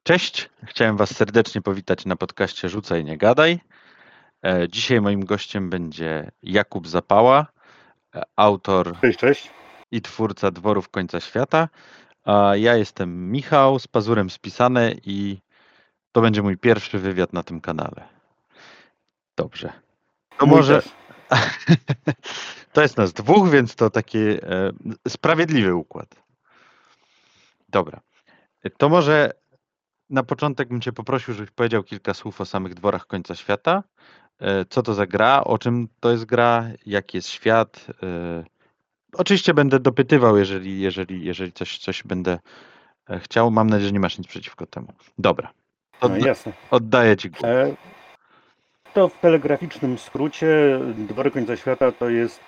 Cześć, chciałem Was serdecznie powitać na podcaście Rzucaj, nie gadaj. Dzisiaj moim gościem będzie Jakub Zapała, autor Cześć, cześć. i twórca Dworów Końca Świata. A ja jestem Michał, z pazurem spisane i to będzie mój pierwszy wywiad na tym kanale. Dobrze. To Mój może... też. To jest nas dwóch, więc to taki sprawiedliwy układ. Dobra. To może na początek bym Cię poprosił, żebyś powiedział kilka słów o samych Dworach Końca Świata. Co to za gra, o czym to jest gra, jaki jest świat. Oczywiście będę dopytywał, jeżeli coś będę chciał. Mam nadzieję, że nie masz nic przeciwko temu. Dobra. No jasne. Oddaję Ci głos. To w telegraficznym skrócie Dwory Końca Świata to jest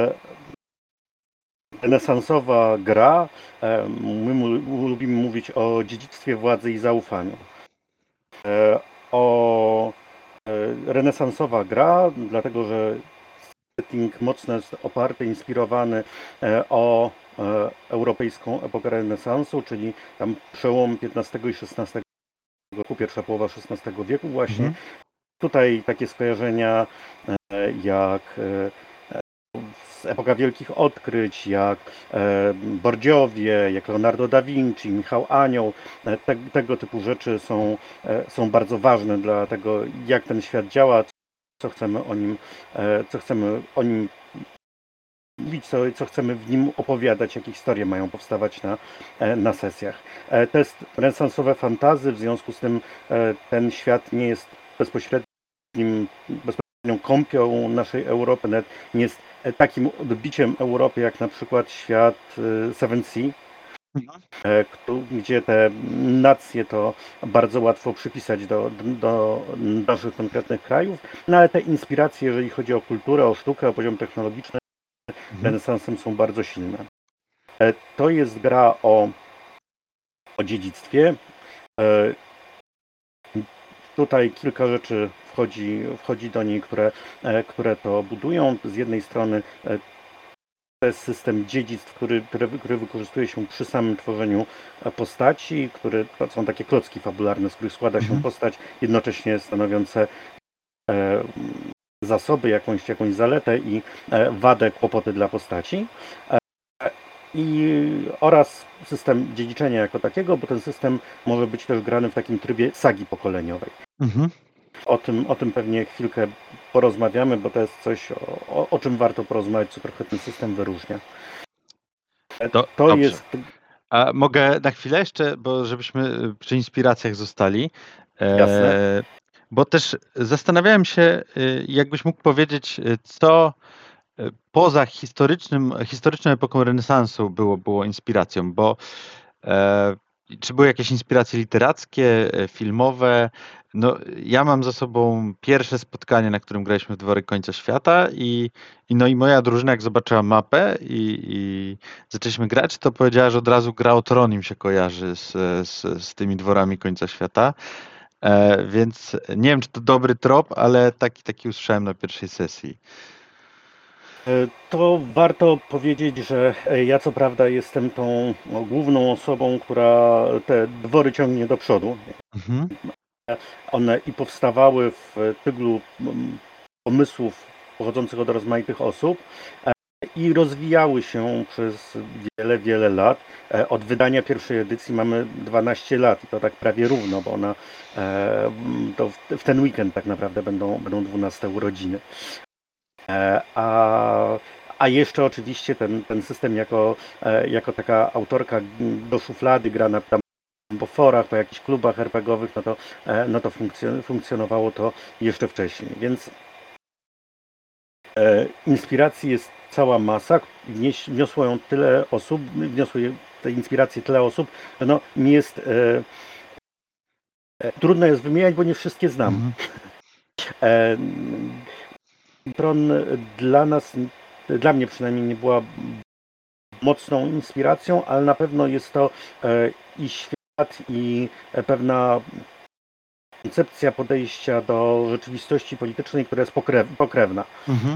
renesansowa gra. My lubimy mówić o dziedzictwie władzy i zaufaniu. Renesansowa gra, dlatego że setting mocno jest oparty, inspirowany o europejską epokę renesansu, czyli tam przełom XV i XVI wieku, pierwsza połowa XVI wieku właśnie. Tutaj takie skojarzenia jak epoka wielkich odkryć, jak Bordziowie, jak Leonardo da Vinci, Michał Anioł. Tego typu rzeczy są bardzo ważne dla tego, jak ten świat działa, co chcemy o nim mówić, co chcemy w nim opowiadać, jakie historie mają powstawać na sesjach. To jest renesansowe fantasy, w związku z tym ten świat nie jest bezpośrednią kąpią naszej Europy, nawet nie jest takim odbiciem Europy, jak na przykład świat Seven Sea, gdzie te nacje to bardzo łatwo przypisać do naszych konkretnych krajów, no ale te inspiracje, jeżeli chodzi o kulturę, o sztukę, o poziom technologiczny, renesansem są bardzo silne. To jest gra o dziedzictwie. Tutaj kilka rzeczy wchodzi do niej, które to budują. Z jednej strony to jest system dziedzictw, który wykorzystuje się przy samym tworzeniu postaci, to są takie klocki fabularne, z których składa się postać, jednocześnie stanowiące zasoby, jakąś zaletę i wadę, kłopoty dla postaci. Oraz system dziedziczenia jako takiego, bo ten system może być też grany w takim trybie sagi pokoleniowej. O tym pewnie chwilkę porozmawiamy, bo to jest coś, o czym warto porozmawiać, co trochę ten system wyróżnia. To jest... A mogę na chwilę jeszcze, bo żebyśmy przy inspiracjach zostali. Jasne. Bo też zastanawiałem się, jakbyś mógł powiedzieć, co poza historyczną epoką renesansu było inspiracją, bo czy były jakieś inspiracje literackie, filmowe? No, ja mam za sobą pierwsze spotkanie, na którym graliśmy w Dwory Końca Świata i moja drużyna, jak zobaczyła mapę i zaczęliśmy grać, to powiedziała, że od razu gra o Tron im się kojarzy z tymi Dworami Końca Świata. Więc nie wiem, czy to dobry trop, ale taki usłyszałem na pierwszej sesji. To warto powiedzieć, że ja co prawda jestem tą główną osobą, która te dwory ciągnie do przodu. One i powstawały w tyglu pomysłów pochodzących od rozmaitych osób i rozwijały się przez wiele lat. Od wydania pierwszej edycji mamy 12 lat i to tak prawie równo, bo ona to w ten weekend tak naprawdę będą 12 urodziny. A jeszcze oczywiście ten system jako taka autorka do szuflady grana tam po forach, po jakichś klubach RPG-owych, no to funkcjonowało to jeszcze wcześniej. Więc inspiracji jest cała masa, wniosło ją tyle osób, wniosło te inspiracje tyle osób, że no mi jest trudno jest wymieniać, bo nie wszystkie znam. Tron dla mnie przynajmniej nie była mocną inspiracją, ale na pewno jest to i świat, i pewna koncepcja podejścia do rzeczywistości politycznej, która jest pokrewna Mhm.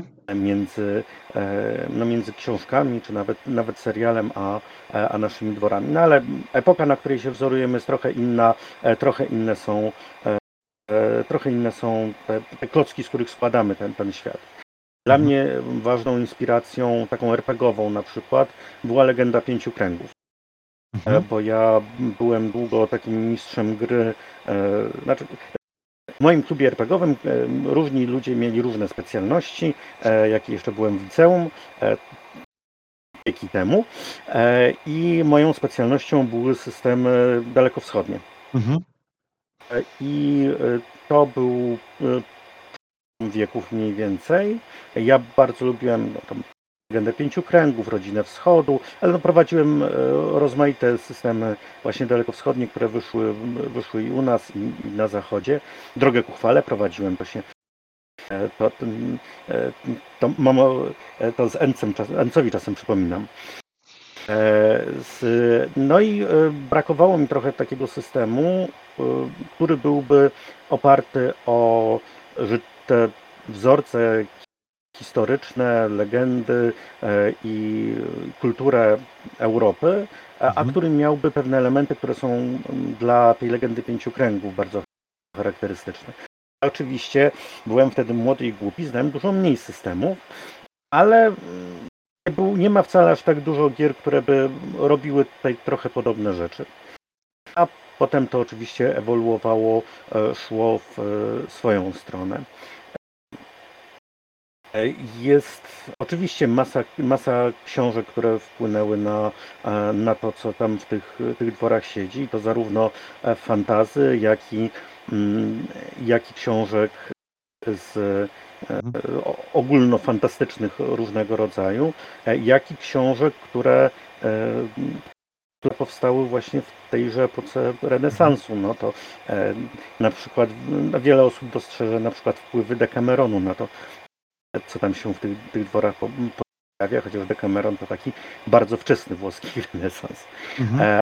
między książkami, czy nawet serialem, a naszymi dworami. No ale epoka, na której się wzorujemy, jest trochę inna, trochę inne są te klocki, z których składamy ten świat. Dla Mhm. mnie ważną inspiracją, taką RPG-ową na przykład, była Legenda Pięciu Kręgów. Mhm. Bo ja byłem długo takim mistrzem gry, znaczy w moim klubie RPG-owym różni ludzie mieli różne specjalności, jak jeszcze byłem w liceum wieki temu, i moją specjalnością były systemy dalekowschodnie. Mhm. I to był wieków mniej więcej. Ja bardzo lubiłem tam Legendę Pięciu Kręgów, Rodzinę Wschodu, ale no, prowadziłem rozmaite systemy właśnie dalekowschodnie, które wyszły i u nas, i na zachodzie. Drogę ku chwale prowadziłem, to z Encowi czasem przypominam. No i brakowało mi trochę takiego systemu, który byłby oparty o te wzorce historyczne, legendy i kulturę Europy, a który miałby pewne elementy, które są dla tej Legendy Pięciu Kręgów bardzo charakterystyczne. Oczywiście byłem wtedy młody i głupi, znałem dużo mniej systemów, ale nie ma wcale aż tak dużo gier, które by robiły tutaj trochę podobne rzeczy. A potem to oczywiście ewoluowało, szło w swoją stronę. Jest oczywiście masa książek, które wpłynęły na to, co tam w tych dworach siedzi. I to zarówno fantasy, jak i książek z ogólnofantastycznych różnego rodzaju, jak i książek, które powstały właśnie w tejże epoce renesansu. No to na przykład wiele osób dostrzeże na przykład wpływy Decameronu na to, co tam się w tych dworach pojawia, chociaż Decameron to taki bardzo wczesny włoski renesans. Mhm.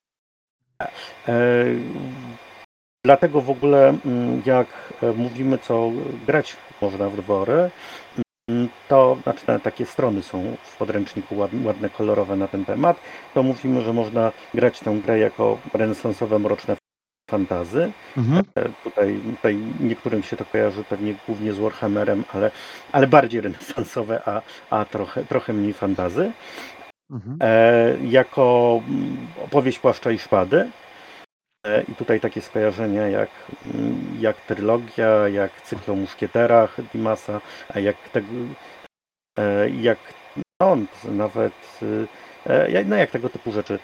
Dlatego w ogóle jak mówimy, co grać można w dwory, to znaczy takie strony są w podręczniku ładne, kolorowe na ten temat, to mówimy, że można grać tę grę jako renesansowe, mroczne fantazy. Mhm. Tutaj niektórym się to kojarzy pewnie głównie z Warhammerem, ale bardziej renesansowe, a trochę mniej fantazy. Mhm. Jako opowieść Płaszcza i Szpady. I tutaj takie skojarzenia jak trylogia, jak cykl o muszkieterach Dimasa, jak no, nawet no, jak tego typu rzeczy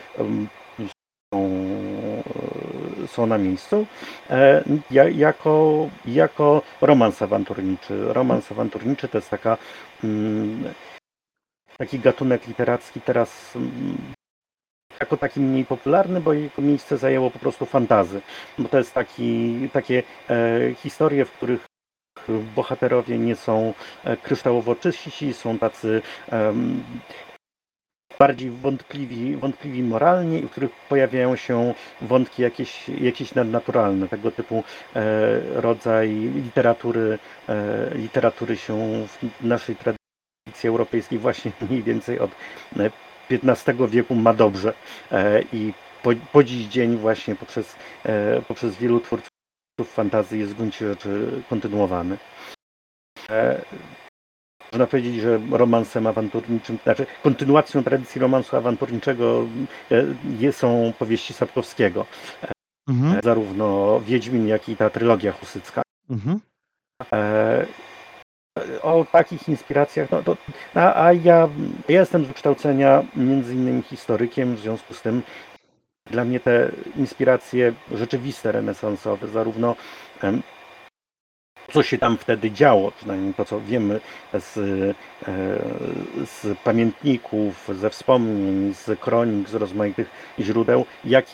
są na miejscu, jako romans awanturniczy. Romans awanturniczy to jest taki gatunek literacki teraz jako taki mniej popularny, bo jego miejsce zajęło po prostu fantasy. Bo to jest takie historie, w których bohaterowie nie są kryształowo czyści, są tacy bardziej wątpliwi moralnie i w których pojawiają się wątki jakieś nadnaturalne. Tego typu rodzaj literatury się w naszej tradycji europejskiej właśnie mniej więcej od XV wieku ma dobrze i po dziś dzień właśnie poprzez wielu twórców fantazji jest w gruncie rzeczy kontynuowany. Można powiedzieć, że romansem awanturniczym, znaczy kontynuacją tradycji romansu awanturniczego są powieści Sapkowskiego. Mhm. Zarówno Wiedźmin, jak i ta trylogia husycka. Mhm. O takich inspiracjach, no to, ja jestem z wykształcenia między innymi historykiem, w związku z tym dla mnie te inspiracje rzeczywiste, renesansowe, zarówno co się tam wtedy działo, przynajmniej to, co wiemy z pamiętników, ze wspomnień, z kronik, z rozmaitych źródeł, jak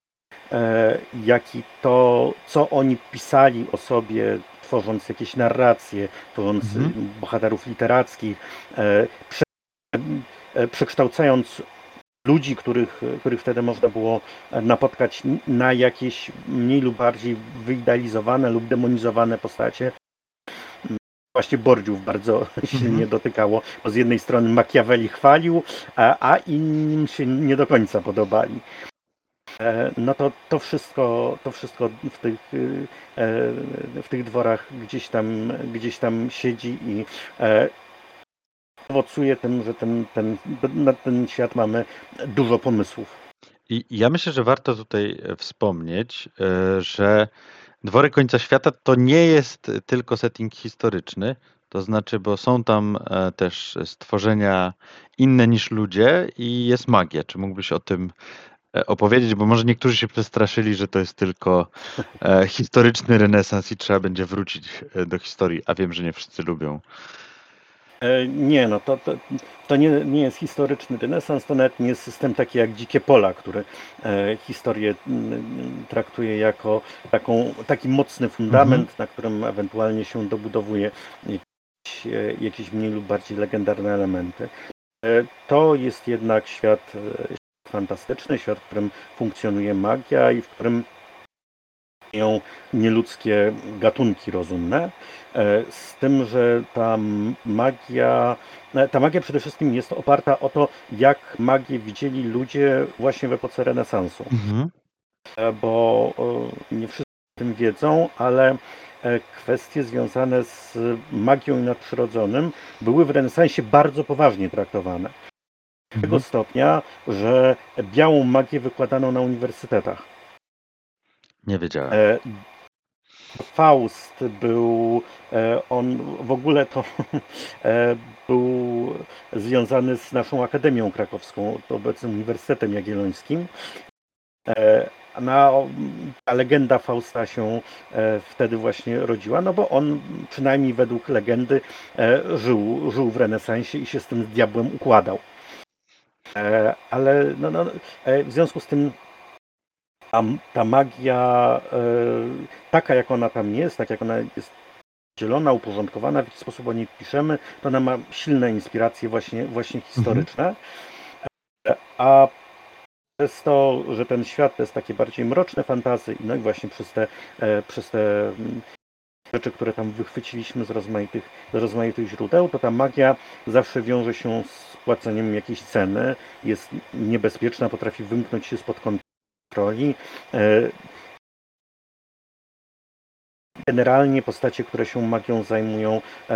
i to, co oni pisali o sobie, tworząc jakieś narracje, tworząc bohaterów literackich, przekształcając ludzi, których wtedy można było napotkać na jakieś mniej lub bardziej wyidealizowane lub demonizowane postacie. Właśnie Borgiów bardzo silnie dotykało, bo z jednej strony Machiavelli chwalił, a innym się nie do końca podobali. No to wszystko w tych dworach gdzieś tam siedzi i owocuje tym, że na ten świat mamy dużo pomysłów. I ja myślę, że warto tutaj wspomnieć, że Dwory Końca Świata to nie jest tylko setting historyczny, to znaczy, bo są tam też stworzenia inne niż ludzie i jest magia. Czy mógłbyś o tym opowiedzieć? Bo może niektórzy się przestraszyli, że to jest tylko historyczny renesans i trzeba będzie wrócić do historii, a wiem, że nie wszyscy lubią. Nie, no to nie jest historyczny renesans, to nawet nie jest system taki jak Dzikie Pola, który historię traktuje jako taki mocny fundament, na którym ewentualnie się dobudowuje jakieś mniej lub bardziej legendarne elementy. To jest jednak świat fantastyczny, świat, w którym funkcjonuje magia i w którym istnieją nieludzkie gatunki rozumne, z tym, że ta magia przede wszystkim jest oparta o to, jak magię widzieli ludzie właśnie w epoce renesansu. Bo nie wszyscy o tym wiedzą, ale kwestie związane z magią i nadprzyrodzonym były w renesansie bardzo poważnie traktowane. Do tego stopnia, że białą magię wykładano na uniwersytetach. Nie wiedziałem. Faust był, on w ogóle to był związany z naszą Akademią Krakowską, to obecnym Uniwersytetem Jagiellońskim. Ta legenda Fausta się wtedy właśnie rodziła, no bo on przynajmniej według legendy żył w renesansie i się z tym diabłem układał. Ale w związku z tym ta magia, taka jak ona tam jest, tak jak ona jest dzielona, uporządkowana, w jaki sposób o niej piszemy, to ona ma silne inspiracje właśnie historyczne. A przez to, że ten świat to jest takie bardziej mroczne fantasy, no i właśnie przez te rzeczy, które tam wychwyciliśmy z rozmaitych źródeł, to ta magia zawsze wiąże się z płaceniem jakiejś ceny, jest niebezpieczna, potrafi wymknąć się spod kontroli. Generalnie postacie, które się magią zajmują,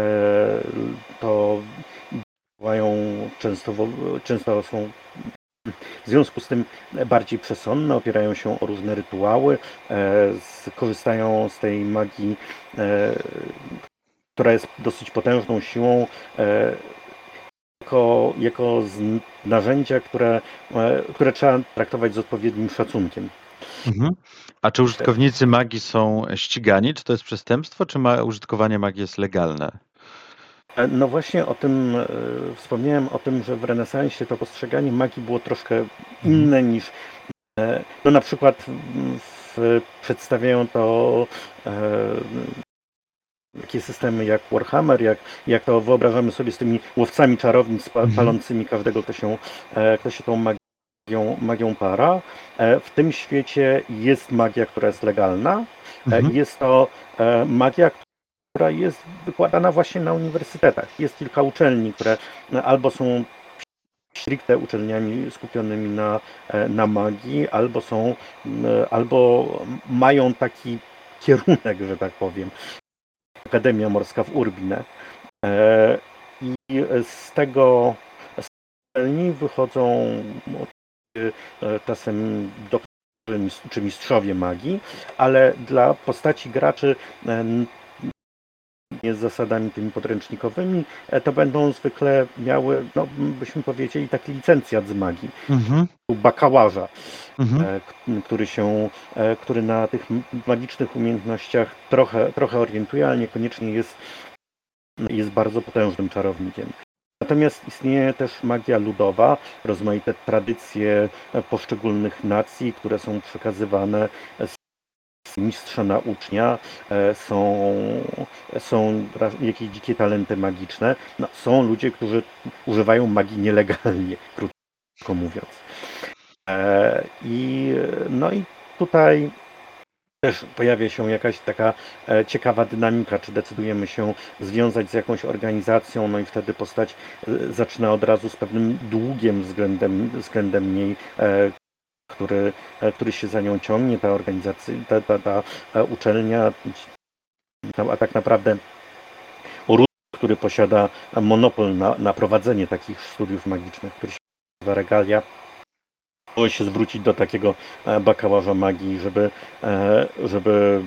to działają często są w związku z tym bardziej przesądne, opierają się o różne rytuały, korzystają z tej magii, która jest dosyć potężną siłą, jako narzędzia, które trzeba traktować z odpowiednim szacunkiem. A czy użytkownicy magii są ścigani? Czy to jest przestępstwo, czy użytkowanie magii jest legalne? No właśnie o tym wspomniałem, o tym, że w renesansie to postrzeganie magii było troszkę inne niż no na przykład przedstawiają to takie systemy jak Warhammer, jak to wyobrażamy sobie z tymi łowcami czarownic palącymi każdego, kto się tą magią para. W tym świecie jest magia, która jest legalna. Jest to magia, która jest wykładana właśnie na uniwersytetach. Jest kilka uczelni, które albo są stricte uczelniami skupionymi na magii, albo mają taki kierunek, że tak powiem. Akademia Morska w Urbine. I z tego uczelni wychodzą czasem doktorzy czy mistrzowie magii, ale dla postaci graczy z zasadami tymi podręcznikowymi, to będą zwykle miały, no byśmy powiedzieli, taki licencjat z magii, bakałaża, który na tych magicznych umiejętnościach trochę orientuje, ale niekoniecznie jest bardzo potężnym czarownikiem. Natomiast istnieje też magia ludowa, rozmaite tradycje poszczególnych nacji, które są przekazywane z mistrza na ucznia, są jakieś dzikie talenty magiczne. No, są ludzie, którzy używają magii nielegalnie, krótko mówiąc. No i tutaj też pojawia się jakaś taka ciekawa dynamika, czy decydujemy się związać z jakąś organizacją, no i wtedy postać zaczyna od razu z pewnym długiem względem niej, który się za nią ciągnie, ta organizacja, ta uczelnia, a tak naprawdę Uruk, który posiada monopol na prowadzenie takich studiów magicznych, który się nazywa Regalia, próbuje się zwrócić do takiego bakałaża magii, żeby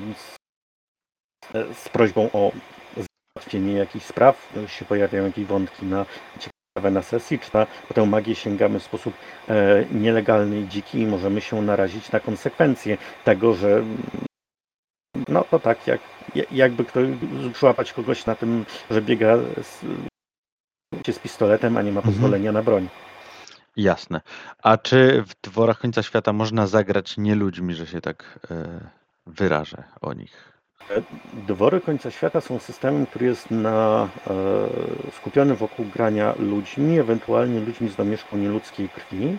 z prośbą o załatwienie jakichś spraw, się pojawiają jakieś wątki ciekawe na sesji, czy po tę magię sięgamy w sposób nielegalny i dziki i możemy się narazić na konsekwencje tego, że no to tak, jakby ktoś złapać kogoś na tym, że biega z pistoletem, a nie ma pozwolenia na broń. Jasne. A czy w Dworach Końca Świata można zagrać nie ludźmi, że się tak wyrażę o nich? Dwory Końca Świata są systemem, który jest skupiony wokół grania ludźmi, ewentualnie ludźmi z domieszką nieludzkiej krwi.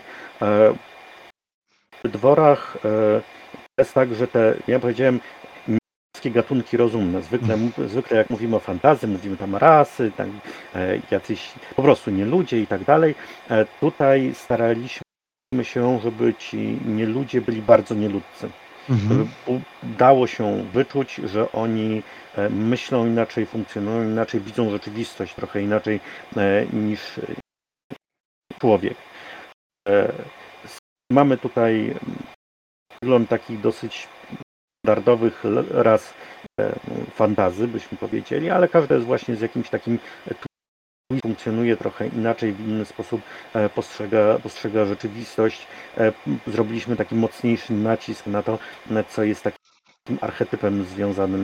W dworach jest tak, że ja powiedziałem, wszystkie gatunki rozumne. Zwykle jak mówimy o fantazji, mówimy tam rasy, tam, jacyś po prostu nieludzie i tak dalej. Tutaj staraliśmy się, żeby ci nieludzie byli bardzo nieludcy. Żeby dało się wyczuć, że oni myślą inaczej, funkcjonują inaczej, widzą rzeczywistość trochę inaczej niż człowiek. Mamy tutaj wygląd takich dosyć standardowych ras fantazy, byśmy powiedzieli, ale każda jest właśnie z jakimś takim funkcjonuje trochę inaczej, w inny sposób postrzega rzeczywistość. Zrobiliśmy taki mocniejszy nacisk na to, co jest takim archetypem związanym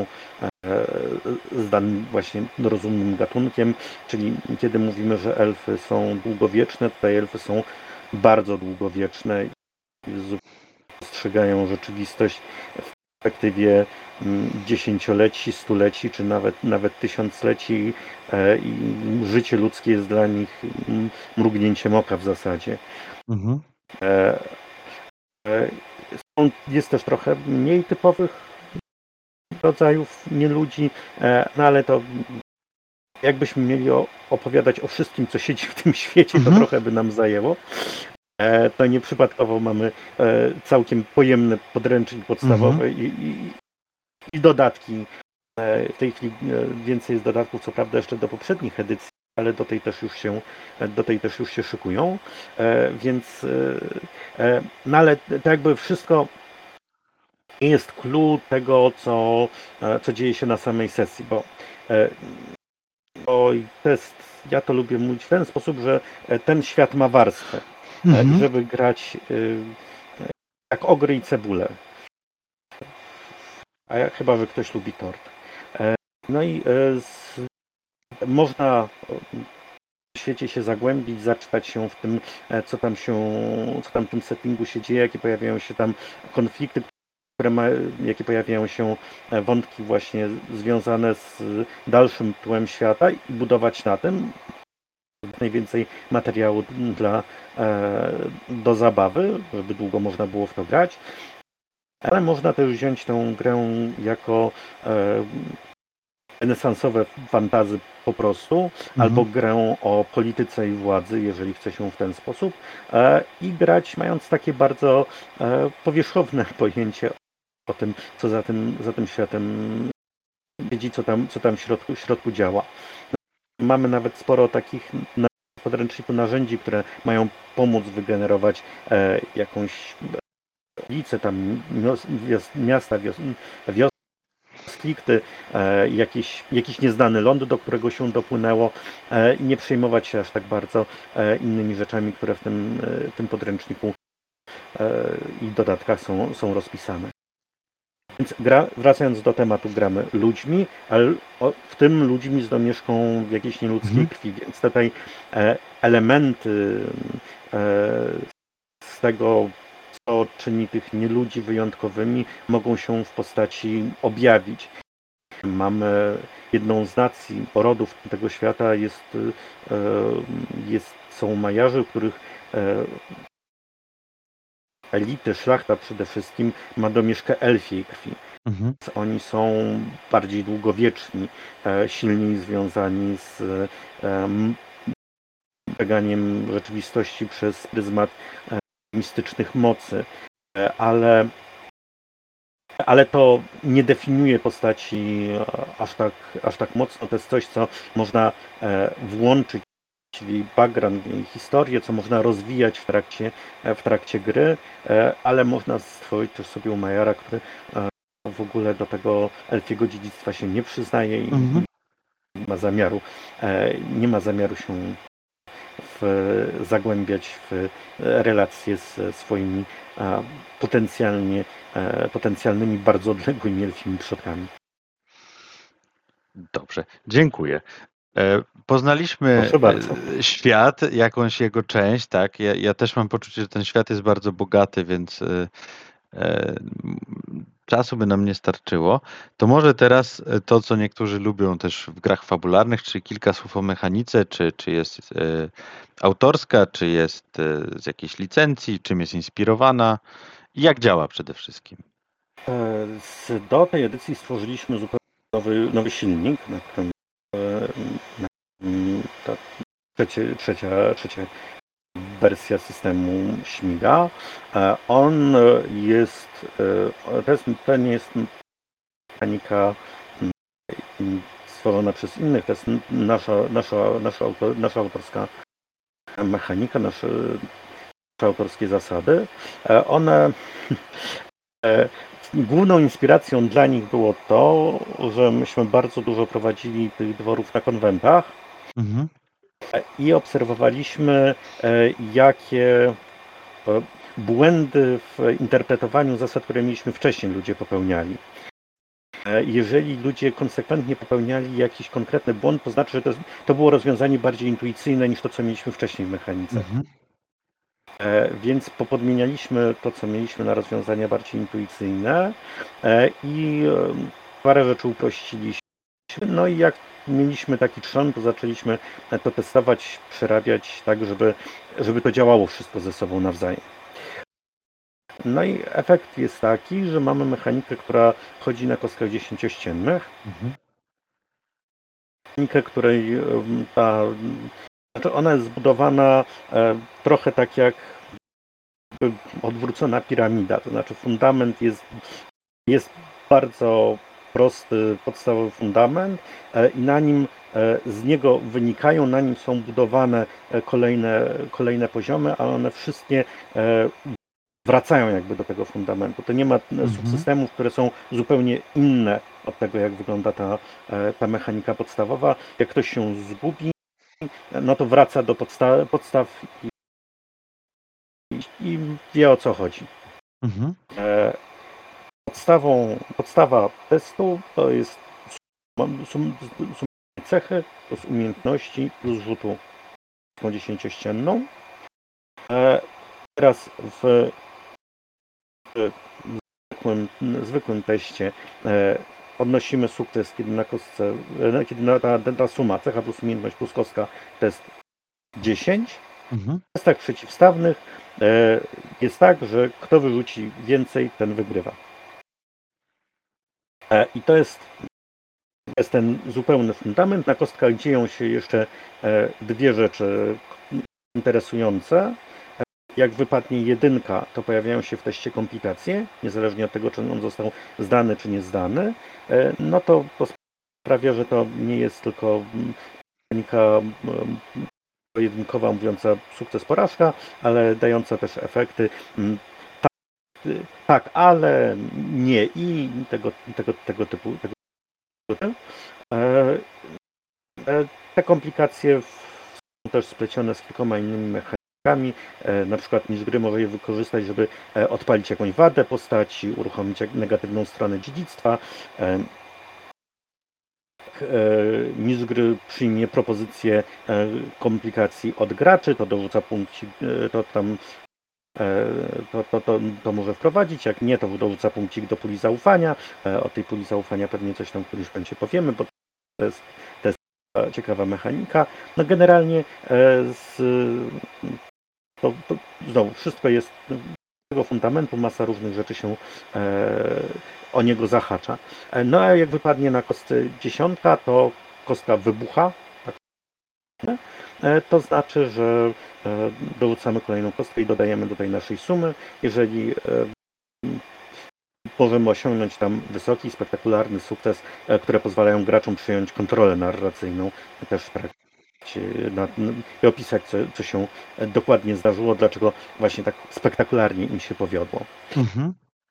z danym właśnie rozumnym gatunkiem, czyli kiedy mówimy, że elfy są długowieczne, tutaj elfy są bardzo długowieczne i postrzegają rzeczywistość w perspektywie dziesięcioleci, stuleci, czy nawet tysiącleci i życie ludzkie jest dla nich mrugnięciem oka w zasadzie. Jest też trochę mniej typowych rodzajów nieludzi, no ale to jakbyśmy mieli opowiadać o wszystkim, co siedzi w tym świecie, to trochę by nam zajęło. To nieprzypadkowo mamy całkiem pojemny podręcznik podstawowy i dodatki. W tej chwili więcej jest dodatków, co prawda jeszcze do poprzednich edycji, ale do tej też już się szykują. Więc no ale to jakby wszystko nie jest clue tego, co dzieje się na samej sesji, bo ja to lubię mówić w ten sposób, że ten świat ma warstwę. Żeby grać jak ogry i cebulę. A chyba, że ktoś lubi tort. No i można w świecie się zagłębić, zaczytać się w tym, co tam w tym settingu się dzieje, jakie pojawiają się tam konflikty, jakie pojawiają się wątki właśnie związane z dalszym tłem świata i budować na tym. Najwięcej materiału do zabawy, żeby długo można było w to grać, ale można też wziąć tę grę jako renesansowe fantazy po prostu, albo grę o polityce i władzy, jeżeli chce się w ten sposób, i grać mając takie bardzo powierzchowne pojęcie o tym, co za tym światem siedzi, co tam w środku działa. Mamy nawet sporo takich podręczniku narzędzi, które mają pomóc wygenerować jakąś ulicę, tam miasta, wioski, jakiś nieznany ląd, do którego się dopłynęło i nie przejmować się aż tak bardzo innymi rzeczami, które w tym podręczniku i dodatkach są rozpisane. Więc wracając do tematu, gramy ludźmi, ale w tym ludźmi z domieszką w jakiejś nieludzkiej krwi, więc tutaj elementy z tego, co czyni tych nieludzi wyjątkowymi, mogą się w postaci objawić. Mamy jedną z nacji, porodów tego świata są Majarzy, których elity, szlachta przede wszystkim ma domieszkę elfiej krwi. Mhm. Oni są bardziej długowieczni, silniej związani z postrzeganiem rzeczywistości przez pryzmat mistycznych mocy, ale to nie definiuje postaci aż tak mocno. To jest coś, co można włączyć, czyli background, jej historię, co można rozwijać w trakcie gry, ale można stworzyć też sobie Umajara, który w ogóle do tego elfiego dziedzictwa się nie przyznaje i Mhm. nie ma zamiaru się zagłębiać w relacje ze swoimi potencjalnymi, bardzo odległymi elfimi przodkami. Dobrze, dziękuję. Poznaliśmy Proszę bardzo. świat, jakąś jego część, tak? Ja też mam poczucie, że ten świat jest bardzo bogaty, więc czasu by nam nie starczyło. To może teraz to, co niektórzy lubią też w grach fabularnych, czyli kilka słów o mechanice, czy jest autorska, czy jest z jakiejś licencji, czym jest inspirowana i jak działa przede wszystkim. Do tej edycji stworzyliśmy zupełnie nowy silnik, na którym ta trzecia wersja systemu śmiga. On jest, to nie jest mechanika stworzona przez innych, to jest nasza autorska mechanika, nasze autorskie zasady. One główną inspiracją dla nich było to, że myśmy bardzo dużo prowadzili tych dworów na konwentach i obserwowaliśmy, jakie błędy w interpretowaniu zasad, które mieliśmy wcześniej, ludzie popełniali. Jeżeli ludzie konsekwentnie popełniali jakiś konkretny błąd, to znaczy, że to było rozwiązanie bardziej intuicyjne niż to, co mieliśmy wcześniej w mechanice. Więc popodmienialiśmy to, co mieliśmy na rozwiązania bardziej intuicyjne i parę rzeczy uprościliśmy. No i jak mieliśmy taki trzon, to zaczęliśmy to testować, przerabiać tak, żeby to działało wszystko ze sobą nawzajem. No i efekt jest taki, że mamy mechanikę, która chodzi na kostkach 10-ściennych. Mechanikę, której znaczy ona jest zbudowana trochę tak jak odwrócona piramida, to znaczy fundament jest bardzo prosty, podstawowy fundament i z niego wynikają, na nim są budowane kolejne poziomy, ale one wszystkie wracają jakby do tego fundamentu. To nie ma subsystemów, które są zupełnie inne od tego, jak wygląda ta mechanika podstawowa. Jak ktoś się zgubi, no to wraca do podstaw i wie, o co chodzi. Podstawa testu to jest cechy plus umiejętności plus rzutu 10-ścienną. Teraz w zwykłym teście odnosimy sukces, kiedy ta suma cecha plus umiejętność plus kostka to jest 10. W testach przeciwstawnych jest tak, że kto wyrzuci więcej, ten wygrywa. I to jest ten zupełny fundament. Na kostkach dzieją się jeszcze dwie rzeczy interesujące. Jak wypadnie 1, to pojawiają się w teście komplikacje, niezależnie od tego, czy on został zdany, czy nie zdany. No to sprawia, że to nie jest tylko mechanika pojedynkowa, mówiąca sukces, porażka, ale dająca też efekty tak, ale nie i tego typu. Te komplikacje są też splecione z kilkoma innymi mechanikami. Na przykład mistrz gry może je wykorzystać, żeby odpalić jakąś wadę postaci, uruchomić negatywną stronę dziedzictwa. Mistrz gry przyjmie propozycję komplikacji od graczy, to dorzuca punkcik, to może wprowadzić, jak nie, to dorzuca punkcik do puli zaufania. O tej puli zaufania pewnie coś tam któryś będzie powiemy, bo to jest ciekawa mechanika. No generalnie to znowu wszystko jest tego fundamentu, masa różnych rzeczy się o niego zahacza. No a jak wypadnie na kostce dziesiątka, to kostka wybucha. Tak, to znaczy, że dorzucamy kolejną kostkę i dodajemy do tej naszej sumy. Jeżeli możemy osiągnąć tam wysoki, spektakularny sukces, które pozwalają graczom przyjąć kontrolę narracyjną też w trakcie i opisać, co się dokładnie zdarzyło, dlaczego właśnie tak spektakularnie im się powiodło. Mhm.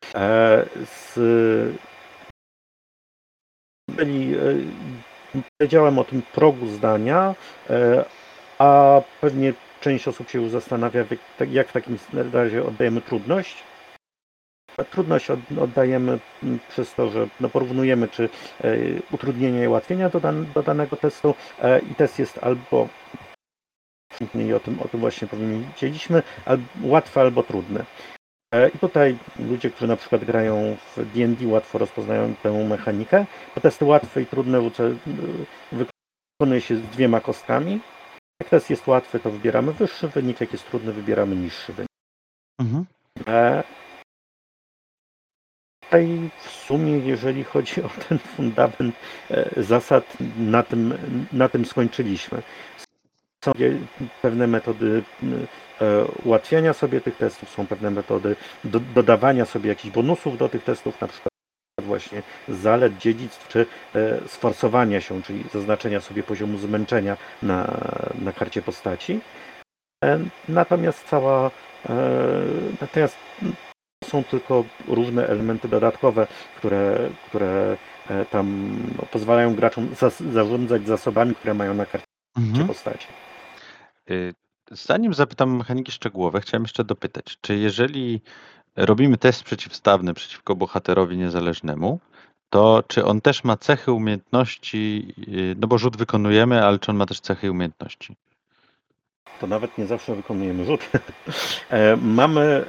Jeżeli powiedziałem o tym progu zdania, a pewnie część osób się już zastanawia, jak w takim razie oddajemy trudność. Trudność oddajemy przez to, że porównujemy, czy utrudnienia i ułatwienia do danego testu i test jest albo, i o tym właśnie powiedzieliśmy, łatwy albo trudny. I tutaj ludzie, którzy na przykład grają w D&D, łatwo rozpoznają tę mechanikę. Bo testy łatwe i trudne wykonuje się z 2 kostkami. Jak test jest łatwy, to wybieramy wyższy wynik, jak jest trudny, wybieramy niższy wynik. Mhm. Tutaj w sumie, jeżeli chodzi o ten fundament zasad, na tym skończyliśmy. Są pewne metody ułatwiania sobie tych testów, są pewne metody dodawania sobie jakichś bonusów do tych testów, na przykład właśnie zalet, dziedzictw, czy sforsowania się, czyli zaznaczenia sobie poziomu zmęczenia na karcie postaci. Natomiast są tylko różne elementy dodatkowe, które tam pozwalają graczom zarządzać zasobami, które mają na karcie postaci. Zanim zapytam o mechaniki szczegółowe, chciałem jeszcze dopytać, czy jeżeli robimy test przeciwstawny przeciwko bohaterowi niezależnemu, to czy on też ma cechy, umiejętności, no bo rzut wykonujemy, ale czy on ma też cechy i umiejętności? To nawet nie zawsze wykonujemy rzut. Mamy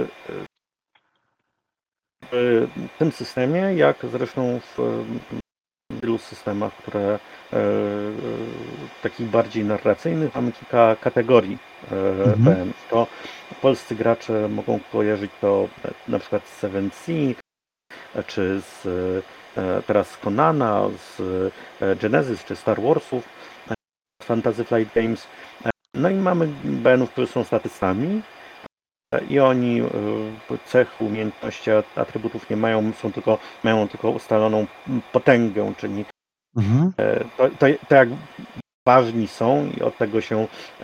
w tym systemie, jak zresztą w wielu systemach, które takich bardziej narracyjnych, mamy kilka kategorii BN. To polscy gracze mogą kojarzyć to na przykład z Seven Sea, czy teraz z Conana, z Genesis, czy Star Warsów, Fantasy Flight Games. No i mamy BN-ów, którzy są statystami i oni cech, umiejętności, atrybutów nie mają, mają tylko ustaloną potęgę, czyli to jak ważni są i od tego się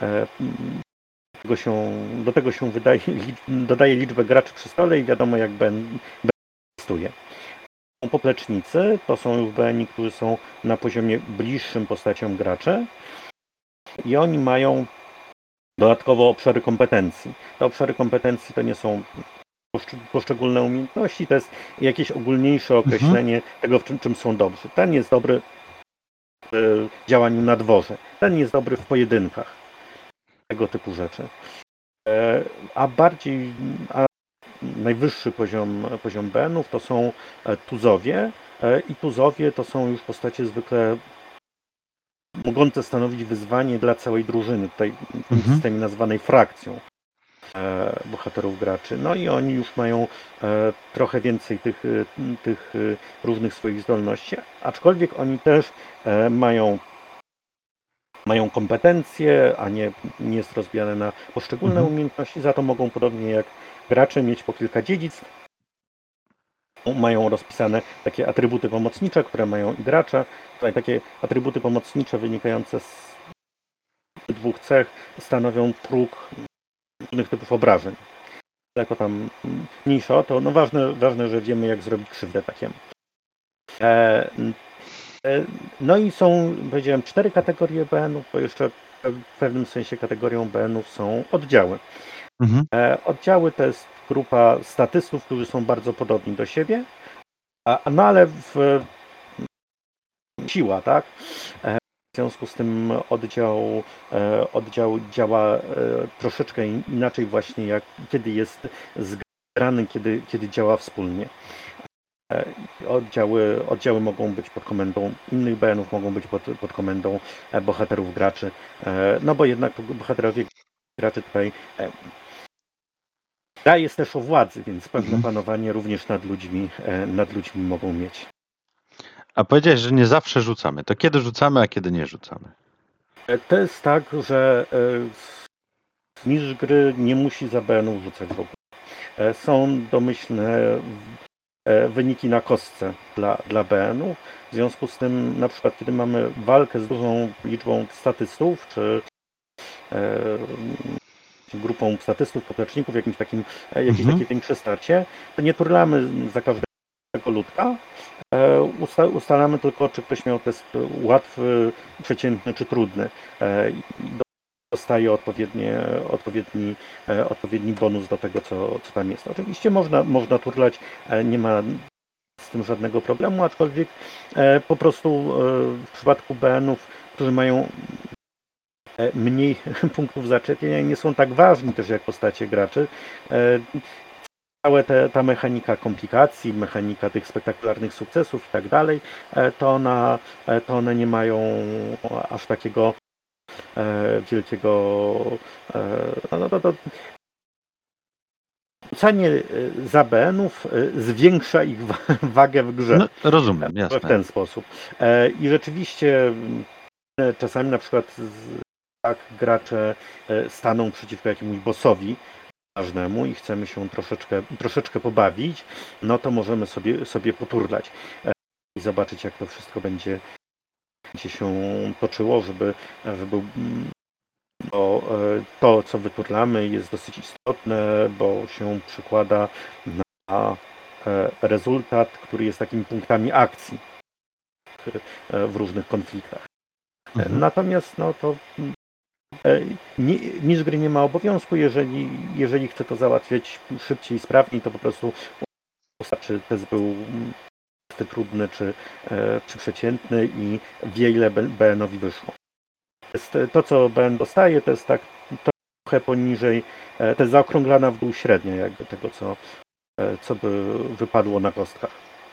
do tego się dodaje liczbę graczy przy stole i wiadomo, jak BN testuje. Poplecznicy to są już BN-i, którzy są na poziomie bliższym postaciom graczy i oni mają dodatkowo obszary kompetencji. Te obszary kompetencji to nie są poszczególne umiejętności, to jest jakieś ogólniejsze określenie tego, w czym są dobrzy. Ten jest dobry w działaniu na dworze, ten jest dobry w pojedynkach. Tego typu rzeczy. A najwyższy poziom BN-ów to są tuzowie i tuzowie to są już postacie zwykle mogące stanowić wyzwanie dla całej drużyny, tutaj w tym systemie nazwanej frakcją bohaterów graczy. No i oni już mają trochę więcej tych różnych swoich zdolności, aczkolwiek oni też mają kompetencje, a nie jest rozbijane na poszczególne umiejętności, za to mogą podobnie jak gracze mieć po kilka dziedzictw. Mają rozpisane takie atrybuty pomocnicze, które mają i gracze. Tutaj takie atrybuty pomocnicze wynikające z 2 cech stanowią próg różnych typów obrażeń. Jako tam mniejsza o to, no ważne, że wiemy, jak zrobić krzywdę takiemu. No i są, powiedziałem, 4 kategorie BN-ów, bo jeszcze w pewnym sensie kategorią BN-ów są oddziały. Oddziały to jest grupa statystów, którzy są bardzo podobni do siebie, no ale siła, tak? W związku z tym oddział działa troszeczkę inaczej właśnie, kiedy jest zgrany, kiedy działa wspólnie. Oddziały mogą być pod komendą innych BN-ów, mogą być pod komendą bohaterów graczy, no bo jednak bohaterowie graczy tutaj gra jest też o władzy, więc pewne Mhm. panowanie również nad ludźmi mogą mieć. A powiedziałeś, że nie zawsze rzucamy. To kiedy rzucamy, a kiedy nie rzucamy? To jest tak, że mistrz gry nie musi za BN-ów rzucać w ogóle. Są domyślne wyniki na kostce dla BN-u. W związku z tym, na przykład, kiedy mamy walkę z dużą liczbą statystów, czy grupą statystów, popleczników, jakieś takie większe starcie, to nie turlamy za każdego ludka. Ustalamy tylko, czy ktoś miał test łatwy, przeciętny czy trudny. Dostaje odpowiedni bonus do tego, co tam jest. Oczywiście można turlać, nie ma z tym żadnego problemu, aczkolwiek po prostu w przypadku BN-ów, którzy mają mniej punktów zaczepienia i nie są tak ważni też jak postacie graczy, cała ta mechanika komplikacji, mechanika tych spektakularnych sukcesów i tak dalej, to one nie mają aż takiego wielkiego rzucanie za BN-ów zwiększa ich wagę w grze. No, rozumiem, W jasne. ten sposób. I rzeczywiście czasami na przykład tak gracze staną przeciwko jakiemuś bossowi ważnemu i chcemy się troszeczkę pobawić, no to możemy sobie poturlać i zobaczyć, jak to wszystko będzie się toczyło, żeby bo to, co wyturlamy, jest dosyć istotne, bo się przekłada na rezultat, który jest takimi punktami akcji w różnych konfliktach. Natomiast no to mistrz gry nie ma obowiązku, jeżeli chce to załatwiać szybciej i sprawniej, to po prostu czy test był trudny, czy przeciętny i wie, ile BN-owi wyszło. To, co BN dostaje, to jest tak trochę poniżej, to jest zaokrąglana w dół średnia jakby tego, co by wypadło na kostkach.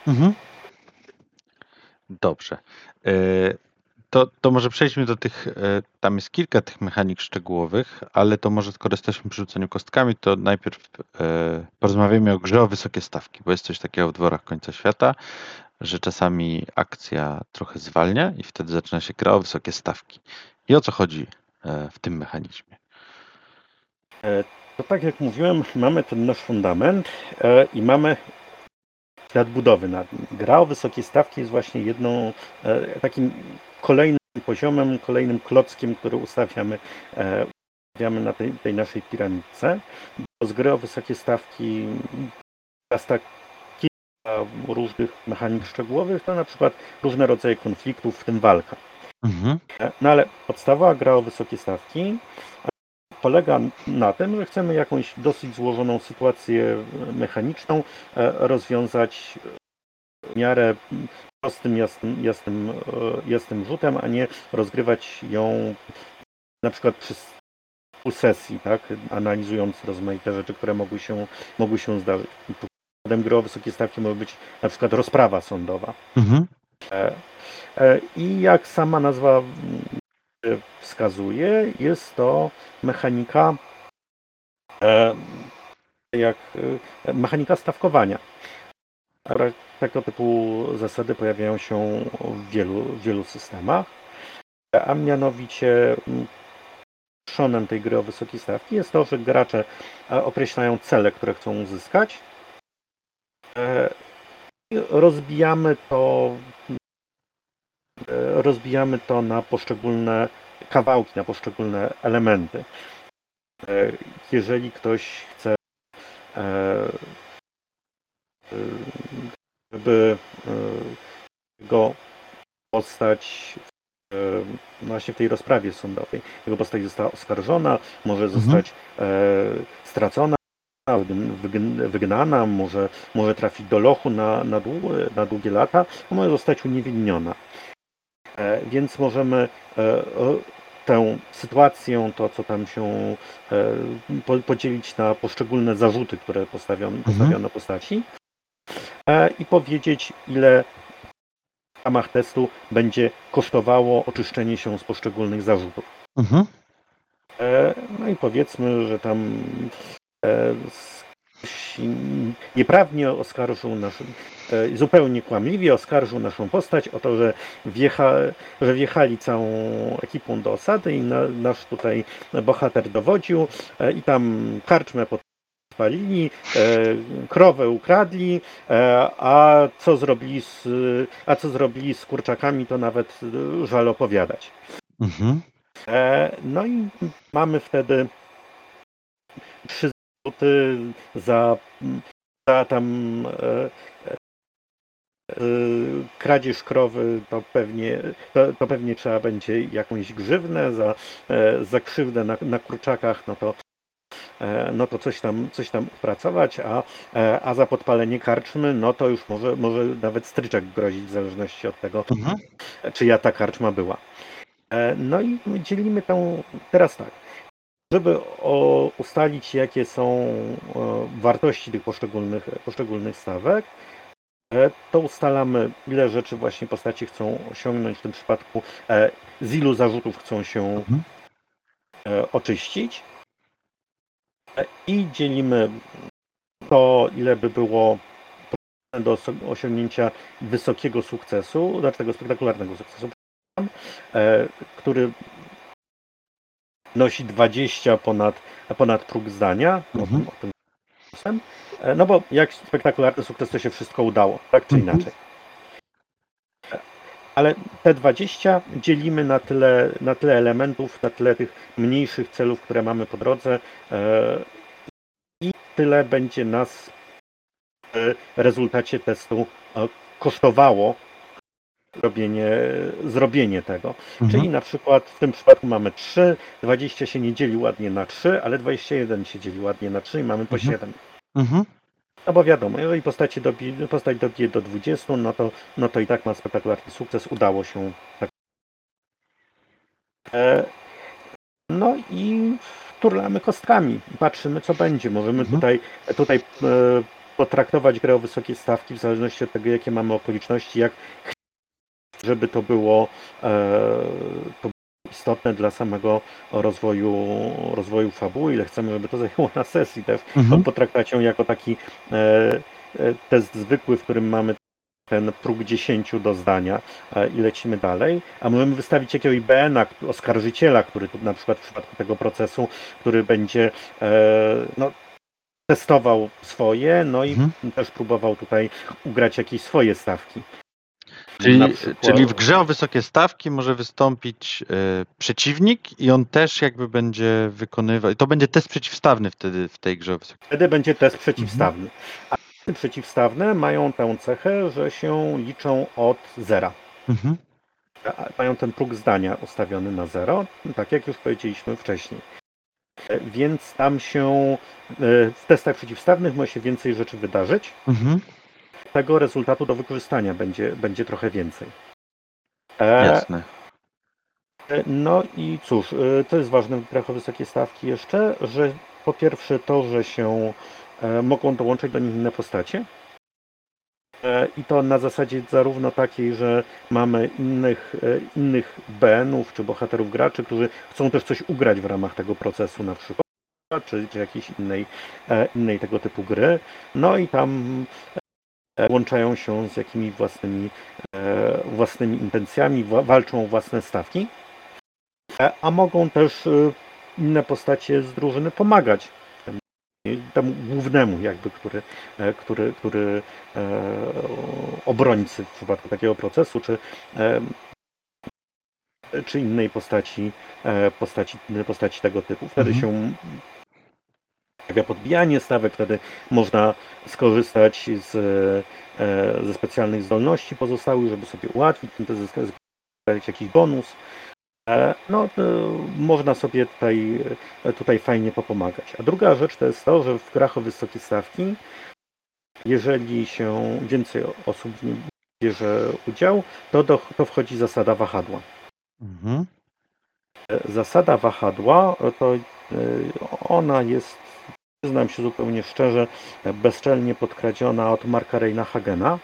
Dobrze. To może przejdźmy do tych, tam jest kilka tych mechanik szczegółowych, ale to może skoro jesteśmy przy rzuceniu kostkami, to najpierw porozmawiamy o grze o wysokie stawki, bo jest coś takiego w Dworach Końca Świata, że czasami akcja trochę zwalnia i wtedy zaczyna się gra o wysokie stawki. I o co chodzi w tym mechanizmie? To tak jak mówiłem, mamy ten nasz fundament i mamy świat budowy nad nim. Gra o wysokie stawki jest właśnie takim kolejnym poziomem, kolejnym klockiem, który ustawiamy na tej naszej piramidce. Bo z gry o wysokie stawki wyrasta kilka różnych mechanik szczegółowych, to na przykład różne rodzaje konfliktów, w tym walka. No ale podstawowa gra o wysokie stawki polega na tym, że chcemy jakąś dosyć złożoną sytuację mechaniczną rozwiązać w miarę prostym, jasnym rzutem, a nie rozgrywać ją na przykład przez pół sesji, tak? Analizując rozmaite rzeczy, które mogły się zdarzyć. Przykładem gry o wysokie stawki może być na przykład rozprawa sądowa. I jak sama nazwa wskazuje, jest to mechanika stawkowania. Tego typu zasady pojawiają się w wielu systemach, a mianowicie trzonem tej gry o wysokie stawki jest to, że gracze określają cele, które chcą uzyskać. Rozbijamy to na poszczególne kawałki, na poszczególne elementy. Jeżeli ktoś chce, żeby jego postać właśnie w tej rozprawie sądowej, jego postać została oskarżona, może zostać stracona, wygnana, może trafić do lochu na długie lata, a może zostać uniewinniona. Więc możemy tę sytuację, to co tam się podzielić na poszczególne zarzuty, które postawiono postaci i powiedzieć, ile w ramach testu będzie kosztowało oczyszczenie się z poszczególnych zarzutów. No i powiedzmy, że tam nieprawnie oskarżył zupełnie kłamliwie oskarżył naszą postać o to, że wjechali całą ekipą do osady i nasz tutaj bohater dowodził i tam karczmę podpalili, krowę ukradli, a co zrobili z kurczakami, to nawet żal opowiadać. Mhm. No i mamy wtedy 3 złoty za tam kradzież krowy, to pewnie trzeba będzie jakąś grzywnę za krzywdę na kurczakach, no to coś tam opracować, a za podpalenie karczmy, no to już może nawet stryczek grozić, w zależności od tego, czyja ta karczma była. No i dzielimy teraz tak. Żeby ustalić, jakie są wartości tych poszczególnych stawek, to ustalamy, ile rzeczy właśnie postaci chcą osiągnąć, w tym przypadku z ilu zarzutów chcą się oczyścić, i dzielimy to, ile by było do osiągnięcia wysokiego sukcesu, znaczy tego spektakularnego sukcesu, który nosi 20 ponad próg zdania. O tym. No bo jak spektakularny sukces, to się wszystko udało, tak czy inaczej. Ale te 20 dzielimy na tyle elementów, na tyle tych mniejszych celów, które mamy po drodze, i tyle będzie nas w rezultacie testu kosztowało zrobienie tego. Czyli na przykład w tym przypadku mamy 3, 20 się nie dzieli ładnie na 3, ale 21 się dzieli ładnie na 3 i mamy po 7. No bo wiadomo, jeżeli postać dobije do 20, no to i tak ma spektakularny sukces, udało się. Tak. No i turlamy kostkami, patrzymy, co będzie. Możemy tutaj potraktować grę o wysokie stawki w zależności od tego, jakie mamy okoliczności, jak żeby to było istotne dla samego rozwoju fabuły, ile chcemy, żeby to zajęło na sesji. Też potraktować ją jako taki test zwykły, w którym mamy ten próg 10 do zdania i lecimy dalej, a możemy wystawić jakiegoś BN-a, oskarżyciela, który tu na przykład w przypadku tego procesu, który będzie testował swoje, no i też próbował tutaj ugrać jakieś swoje stawki. Czyli w grze o wysokie stawki może wystąpić przeciwnik i on też jakby będzie wykonywał. To będzie test przeciwstawny wtedy w tej grze o wysokie stawki. Wtedy będzie test przeciwstawny. A testy przeciwstawne mają tę cechę, że się liczą od zera. Mają ten próg zdania ustawiony na 0, tak jak już powiedzieliśmy wcześniej. Więc tam się w testach przeciwstawnych może się więcej rzeczy wydarzyć. Tego rezultatu do wykorzystania będzie trochę więcej. Jasne. No i cóż, to jest ważne w grach o wysokie stawki jeszcze, że po pierwsze to, że się mogą dołączyć do nich inne postacie. I to na zasadzie zarówno takiej, że mamy innych BN-ów czy bohaterów graczy, którzy chcą też coś ugrać w ramach tego procesu na przykład, czy jakiejś innej tego typu gry. No i tam łączają się z jakimiś własnymi intencjami, walczą o własne stawki, a mogą też inne postacie z drużyny pomagać temu głównemu jakby, który obrońcy w przypadku takiego procesu, czy innej postaci tego typu. Wtedy się pojawia podbijanie stawek, wtedy można skorzystać ze specjalnych zdolności pozostałych, żeby sobie ułatwić ten test, zyskać jakiś bonus. No, można sobie tutaj fajnie popomagać. A druga rzecz to jest to, że w grach o wysokie stawki, jeżeli się więcej osób w nim bierze udział, to wchodzi zasada wahadła. Zasada wahadła, to ona jest, przyznam się zupełnie szczerze, bezczelnie podkradziona od Marka Reinhagena.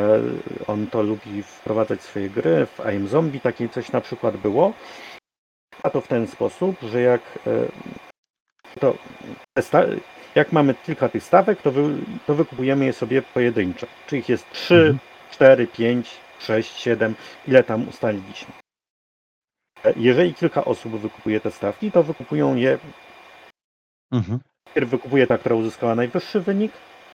On to lubi wprowadzać w swoje gry, w I Am Zombie takie coś na przykład było. A to w ten sposób, że to, jak mamy kilka tych stawek, to wykupujemy je sobie pojedynczo. Czy ich jest 3, 4, 5, 6, 7, ile tam ustaliliśmy. Jeżeli kilka osób wykupuje te stawki, to wykupują je. Najpierw wykupuje ta, która uzyskała najwyższy wynik,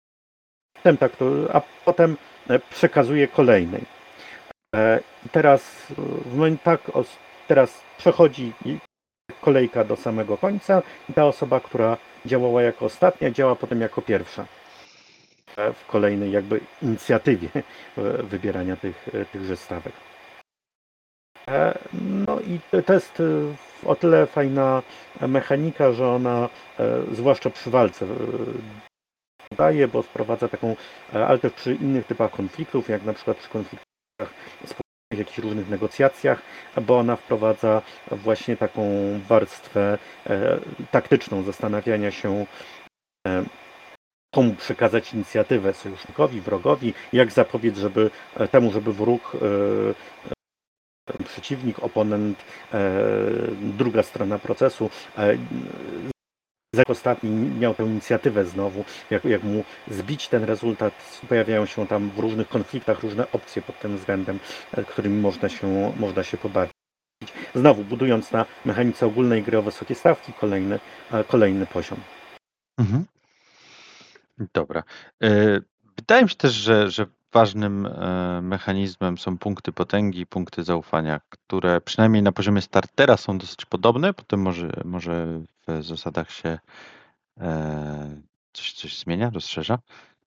a potem przekazuje kolejnej. I teraz teraz przechodzi kolejka do samego końca i ta osoba, która działała jako ostatnia, działa potem jako pierwsza w kolejnej jakby inicjatywie wybierania tychże stawek. No i to jest o tyle fajna mechanika, że ona zwłaszcza przy walce daje, bo wprowadza taką, ale też przy innych typach konfliktów, jak na przykład przy konfliktach w jakichś różnych negocjacjach, bo ona wprowadza właśnie taką warstwę taktyczną zastanawiania się, komu przekazać inicjatywę, sojusznikowi, wrogowi, jak zapobiec, żeby wróg, przeciwnik, oponent, druga strona procesu ostatni miał tę inicjatywę znowu, jak mu zbić ten rezultat. Pojawiają się tam w różnych konfliktach różne opcje pod tym względem, którymi można się pobawić. Znowu budując na mechanice ogólnej gry o wysokie stawki, kolejny poziom. Dobra. Wydaje mi się też, że ważnym mechanizmem są punkty potęgi, punkty zaufania, które przynajmniej na poziomie startera są dosyć podobne, potem może w zasadach się coś zmienia, rozszerza.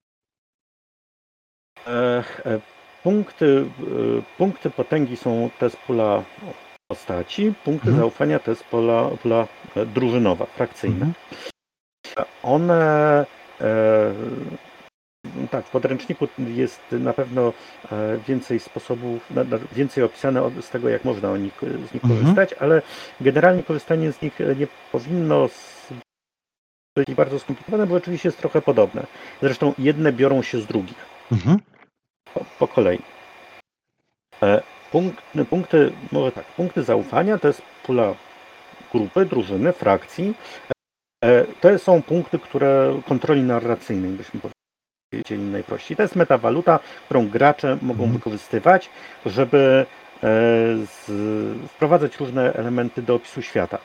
Punkty potęgi to jest pula postaci, punkty zaufania to jest pula drużynowa, frakcyjna. One tak, w podręczniku jest na pewno więcej sposobów, więcej opisane z tego, jak można z nich korzystać, ale generalnie korzystanie z nich nie powinno być bardzo skomplikowane, bo oczywiście jest trochę podobne. Zresztą jedne biorą się z drugich. Po kolei. Punkty zaufania to jest pula grupy, drużyny, frakcji. To są punkty, kontroli narracyjnej, byśmy powiedzieli najprościej. To jest metawaluta, którą gracze mogą wykorzystywać, żeby wprowadzać różne elementy do opisu świata.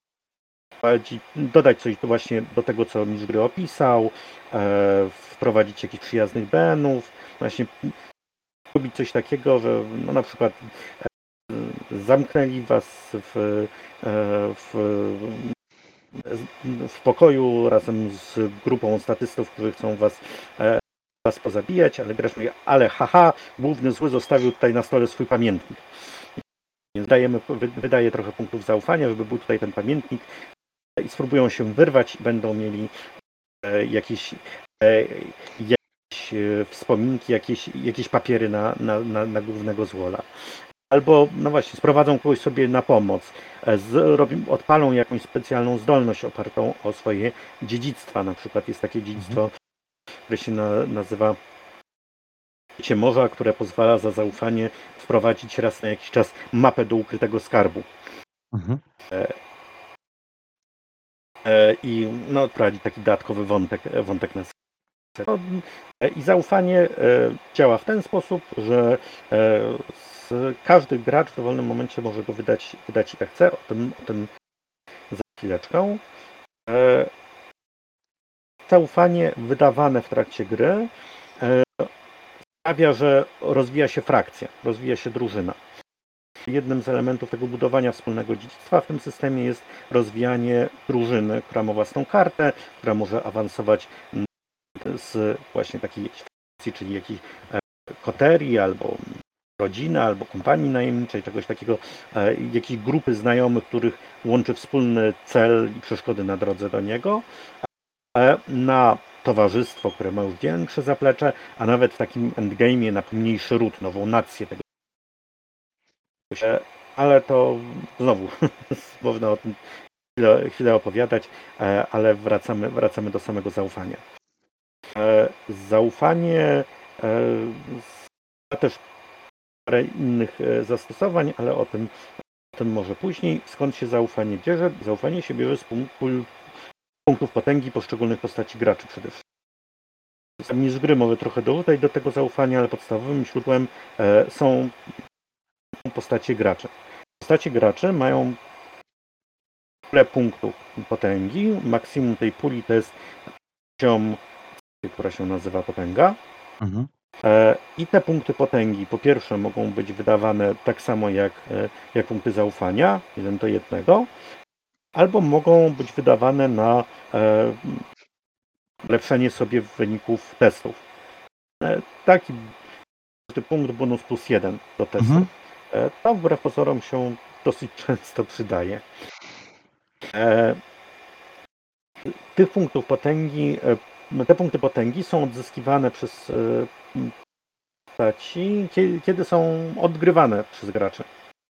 Dodać coś właśnie do tego, co mistrz gry opisał, wprowadzić jakichś przyjaznych BN-ów, właśnie robić coś takiego, że no na przykład zamknęli was w pokoju razem z grupą statystów, którzy chcą was pozabijać, ale gracz mówi, ale haha, główny zły zostawił tutaj na stole swój pamiętnik. Więc wydaje trochę punktów zaufania, żeby był tutaj ten pamiętnik i spróbują się wyrwać i będą mieli jakieś wspominki, jakieś papiery na głównego złola. Albo, no właśnie, sprowadzą kogoś sobie na pomoc, odpalą jakąś specjalną zdolność opartą o swoje dziedzictwa. Na przykład jest takie dziedzictwo, które się nazywa Cię Morza, które pozwala za zaufanie wprowadzić raz na jakiś czas mapę do ukrytego skarbu. I no, prowadzi taki dodatkowy wątek na i zaufanie działa w ten sposób, że każdy gracz w dowolnym momencie może go wydać ile chce. O tym za chwileczkę. Zaufanie wydawane w trakcie gry sprawia, że rozwija się frakcja, rozwija się drużyna. Jednym z elementów tego budowania wspólnego dziedzictwa w tym systemie jest rozwijanie drużyny, która ma własną kartę, która może awansować z właśnie takiej frakcji, czyli jakiejś koterii, albo rodziny, albo kompanii najemniczej, czegoś takiego, jakiejś grupy znajomych, których łączy wspólny cel i przeszkody na drodze do niego, na towarzystwo, które ma już większe zaplecze, a nawet w takim endgame'ie na mniejszy ród, nową nację tego. Ale to znowu można o tym chwilę opowiadać, ale wracamy do samego zaufania. Zaufanie ma też parę innych zastosowań, ale o tym tym może później. Skąd się zaufanie bierze? Zaufanie się bierze z punktów potęgi poszczególnych postaci graczy przede wszystkim. Z gry mogę trochę dodać do tego zaufania, ale podstawowym źródłem są postacie graczy. Postacie graczy mają pulę punktów potęgi. Maksimum tej puli to jest poziom, która się nazywa potęga. Mhm. I te punkty potęgi po pierwsze mogą być wydawane tak samo jak punkty zaufania, 1:1, albo mogą być wydawane na lepszenie sobie wyników testów. Taki punkt bonus +1 do testów. To wbrew pozorom się dosyć często przydaje. Te punkty potęgi są odzyskiwane przez postaci, kiedy są odgrywane przez graczy.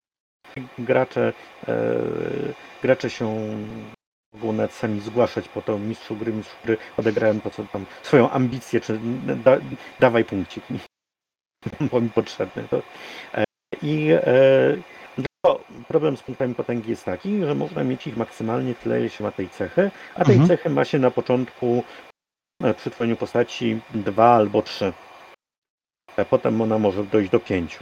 Gracze się mogą nawet sami zgłaszać po to mistrzu gry, odegrałem to, co tam, swoją ambicję, czy dawaj punkcik, bo mi potrzebny. Problem z punktami potęgi jest taki, że można mieć ich maksymalnie tyle, ile się ma tej cechy, a tej cechy ma się na początku przy tworzeniu postaci 2 albo 3. Potem ona może dojść do 5.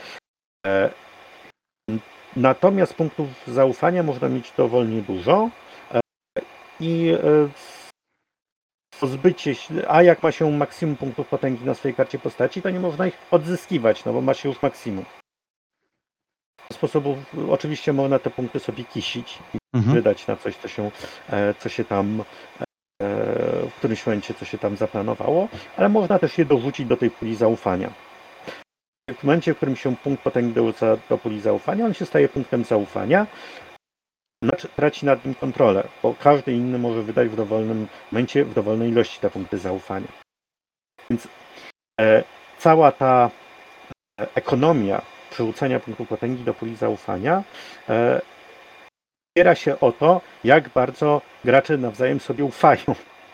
Natomiast punktów zaufania można mieć dowolnie dużo i pozbycie się, a jak ma się maksimum punktów potęgi na swojej karcie postaci, to nie można ich odzyskiwać, no bo ma się już maksimum. Sposobów oczywiście można te punkty sobie kisić i wydać na coś, co się tam w którymś momencie co się tam zaplanowało, ale można też je dorzucić do tej puli zaufania. W momencie, w którym się punkt potęgi dorzuca do puli zaufania, on się staje punktem zaufania, znaczy traci nad nim kontrolę, bo każdy inny może wydać w dowolnym momencie, w dowolnej ilości te punkty zaufania. Więc cała ta ekonomia przerzucania punktu potęgi do puli zaufania opiera się o to, jak bardzo gracze nawzajem sobie ufają.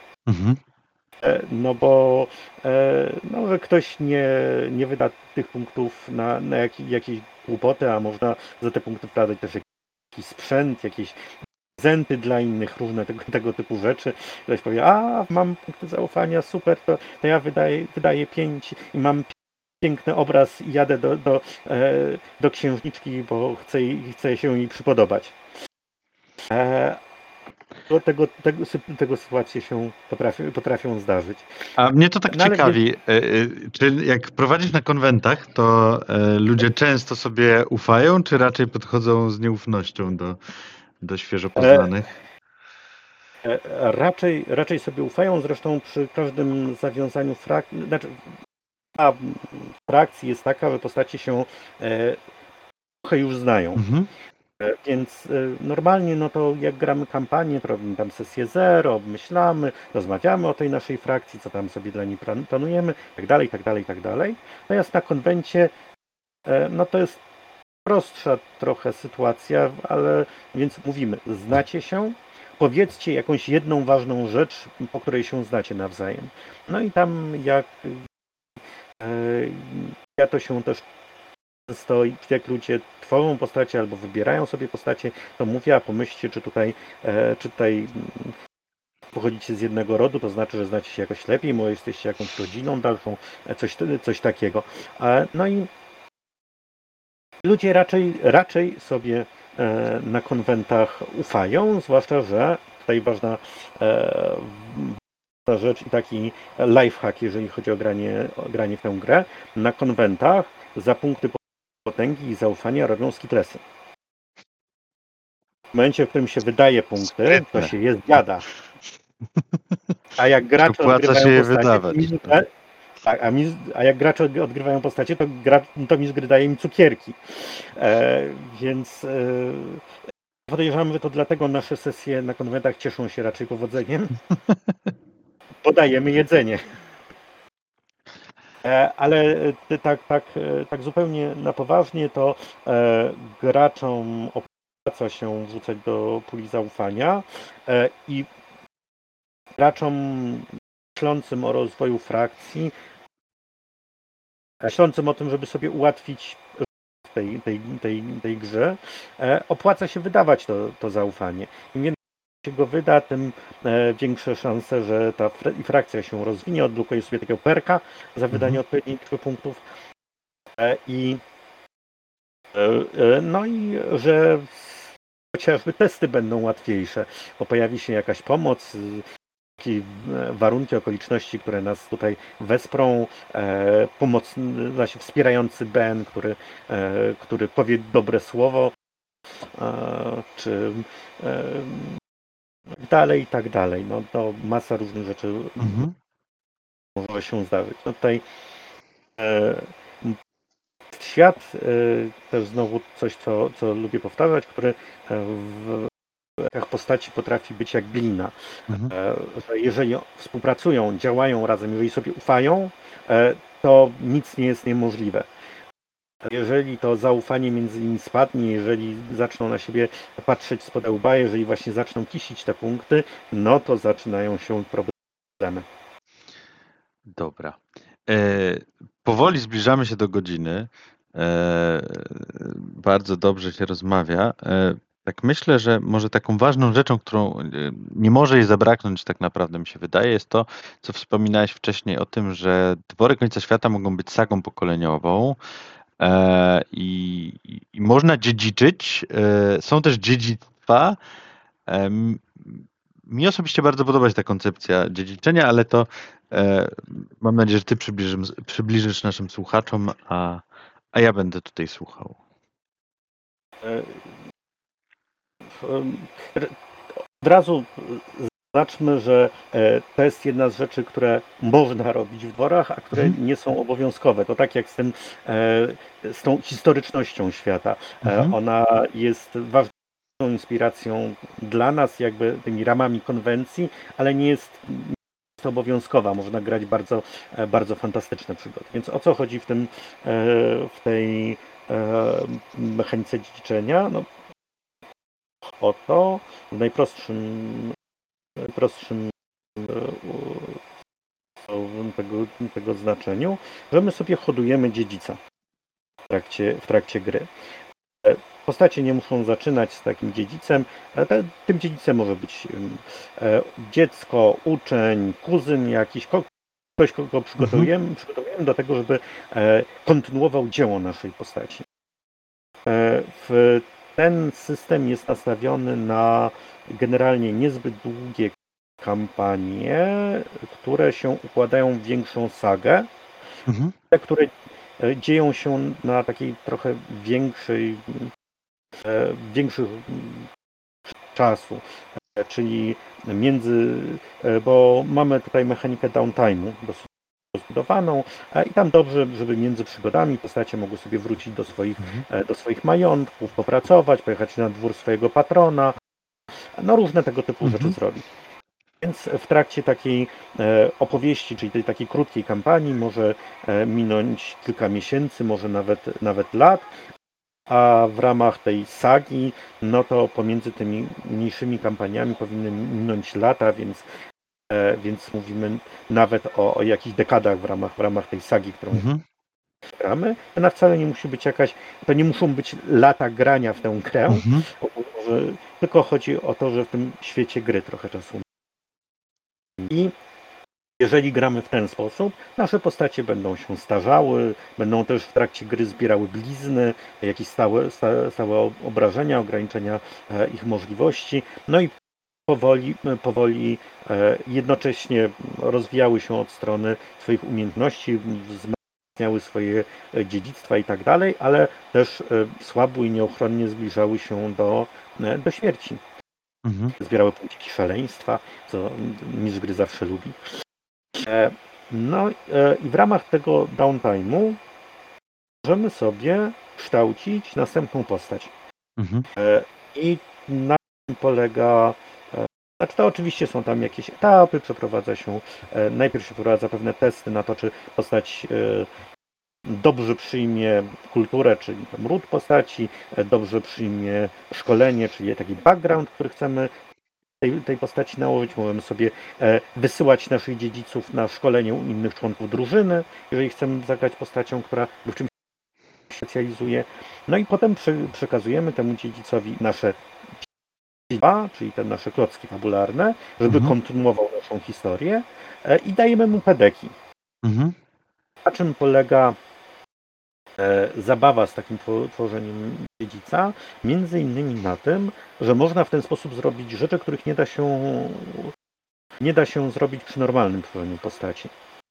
No bo że ktoś nie wyda tych punktów na jakieś głupoty, a można za te punkty wkładać też jakiś sprzęt, jakieś prezenty dla innych, różne tego typu rzeczy. Ktoś powie, mam punkty zaufania, super, to ja wydaję 5 i mam piękny obraz i jadę do księżniczki, bo chcę się jej przypodobać. Tego sytuacje się potrafią zdarzyć. A mnie to tak ciekawi, czy jak prowadzisz na konwentach, to ludzie często sobie ufają, czy raczej podchodzą z nieufnością do świeżo poznanych? Raczej sobie ufają, zresztą przy każdym zawiązaniu frakcji jest taka, że postacie się trochę już znają. Więc normalnie, no to jak gramy kampanię, to robimy tam sesję 0, obmyślamy, rozmawiamy o tej naszej frakcji, co tam sobie dla niej planujemy, tak dalej. Natomiast na konwencie, no to jest prostsza trochę sytuacja, ale więc mówimy, znacie się, powiedzcie jakąś jedną ważną rzecz, po której się znacie nawzajem. No i tam ja to się też często, jak ludzie tworzą postacie albo wybierają sobie postacie, to mówię, a pomyślcie, czy tutaj pochodzicie z jednego rodu, to znaczy, że znacie się jakoś lepiej, może jesteście jakąś rodziną dalszą, coś takiego. No i ludzie raczej sobie na konwentach ufają, zwłaszcza, że tutaj ważna rzecz i taki lifehack, jeżeli chodzi o granie w tę grę. Na konwentach za punkty potęgi i zaufania robią skitlesy. W momencie, w którym się wydaje punkty, to się je zjada. A jak gracze odgrywają postacie, a jak gracze odgrywają postacie, to mistrz gry daje im cukierki. Więc podejrzewam, że to dlatego nasze sesje na konwentach cieszą się raczej powodzeniem. Podajemy jedzenie. Ale tak zupełnie na poważnie, to graczom opłaca się wrzucać do puli zaufania i graczom myślącym o rozwoju frakcji, myślącym o tym, żeby sobie ułatwić tej grze, opłaca się wydawać to zaufanie. Im więcej się go wyda, tym większe szanse, że ta frakcja się rozwinie, odblokuje sobie takiego perka za wydanie odpowiedniej liczby punktów i no i że chociażby testy będą łatwiejsze, bo pojawi się jakaś pomoc, warunki, okoliczności, które nas tutaj wesprą, pomoc, właśnie wspierający Ben, który powie dobre słowo, czy dalej i tak dalej. No to masa różnych rzeczy może się zdarzyć. No tutaj świat, też znowu coś, co lubię powtarzać, który w postaci potrafi być jak glina. Że jeżeli współpracują, działają razem, jeżeli sobie ufają, to nic nie jest niemożliwe. Jeżeli to zaufanie między nimi spadnie, jeżeli zaczną na siebie patrzeć spod łba, jeżeli właśnie zaczną kisić te punkty, no to zaczynają się problemy. Dobra. Powoli zbliżamy się do godziny. Bardzo dobrze się rozmawia. Tak myślę, że może taką ważną rzeczą, którą nie może jej zabraknąć, tak naprawdę mi się wydaje, jest to, co wspominałeś wcześniej o tym, że Dwory Końca Świata mogą być sagą pokoleniową i można dziedziczyć. Są też dziedzictwa. Mi osobiście bardzo podoba się ta koncepcja dziedziczenia, ale to mam nadzieję, że ty przybliżysz naszym słuchaczom, a ja będę tutaj słuchał. Od razu zaznaczmy, że to jest jedna z rzeczy, które można robić w dworach, a które nie są obowiązkowe. To tak jak z tą historycznością świata. Ona jest ważną inspiracją dla nas, jakby tymi ramami konwencji, ale nie jest obowiązkowa. Można grać bardzo, bardzo fantastyczne przygody. Więc o co chodzi w tej mechanice dziedziczenia? No, o to w najprostszym tego znaczeniu, że my sobie hodujemy dziedzica w trakcie gry. Postacie nie muszą zaczynać z takim dziedzicem. Tym dziedzicem może być dziecko, uczeń, kuzyn jakiś, ktoś, kogo przygotowujemy do tego, żeby kontynuował dzieło naszej postaci. Ten system jest nastawiony na generalnie niezbyt długie kampanie, które się układają w większą sagę, te, które dzieją się na takiej trochę większych czasu, czyli bo mamy tutaj mechanikę downtime'u dosyć rozbudowaną i tam dobrze, żeby między przygodami postacie mogły sobie wrócić do swoich majątków, popracować, pojechać na dwór swojego patrona, no różne tego typu rzeczy zrobić. Więc w trakcie takiej opowieści, czyli tej takiej krótkiej kampanii może minąć kilka miesięcy, może nawet lat, a w ramach tej sagi, no to pomiędzy tymi mniejszymi kampaniami powinny minąć lata, więc mówimy nawet o jakichś dekadach w ramach tej sagi, którą gramy. Ona wcale nie musi być to nie muszą być lata grania w tę grę, tylko chodzi o to, że w tym świecie gry trochę czasu. I jeżeli gramy w ten sposób, nasze postacie będą się starzały, będą też w trakcie gry zbierały blizny, jakieś stałe obrażenia, ograniczenia ich możliwości, no i powoli jednocześnie rozwijały się od strony swoich umiejętności, wzmacniały swoje dziedzictwa i tak dalej, ale też słabły i nieuchronnie zbliżały się do śmierci. Zbierały punkciki szaleństwa, co mistrz gry zawsze lubi. No i w ramach tego downtime'u możemy sobie kształcić następną postać. I na tym polega, to oczywiście są tam jakieś etapy, najpierw się przeprowadza pewne testy na to, czy postać dobrze przyjmie kulturę, czyli tam ród postaci, dobrze przyjmie szkolenie, czyli taki background, który chcemy tej postaci nałożyć. Możemy sobie wysyłać naszych dziedziców na szkolenie u innych członków drużyny, jeżeli chcemy zagrać postacią, która w czymś specjalizuje. No i potem przekazujemy temu dziedzicowi nasze dziedzica, czyli te nasze klocki fabularne, żeby kontynuował naszą historię i dajemy mu pedeki. Na czym polega zabawa z takim tworzeniem dziedzica? Między innymi na tym, że można w ten sposób zrobić rzeczy, których nie da się zrobić przy normalnym tworzeniu postaci.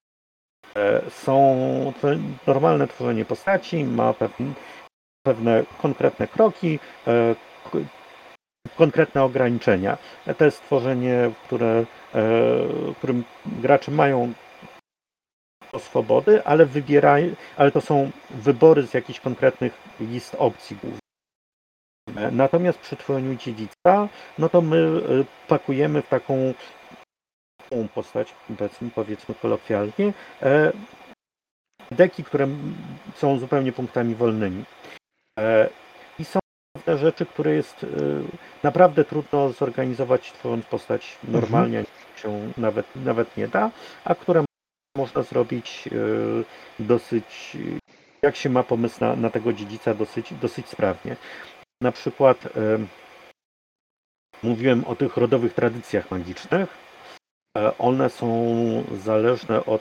Normalne tworzenie postaci ma pewne konkretne kroki, konkretne ograniczenia. To jest tworzenie, w którym gracze mają swobody, ale to są wybory z jakichś konkretnych list opcji głównych. Natomiast przy tworzeniu dziedzica, no to my pakujemy w taką postać, powiedzmy kolokwialnie, deki, które są zupełnie punktami wolnymi. I są pewne rzeczy, które jest naprawdę trudno zorganizować, tworząc postać normalnie, się nawet nie da, a które można zrobić dosyć, jak się ma pomysł na tego dziedzica, dosyć sprawnie. Na przykład mówiłem o tych rodowych tradycjach magicznych. One są zależne od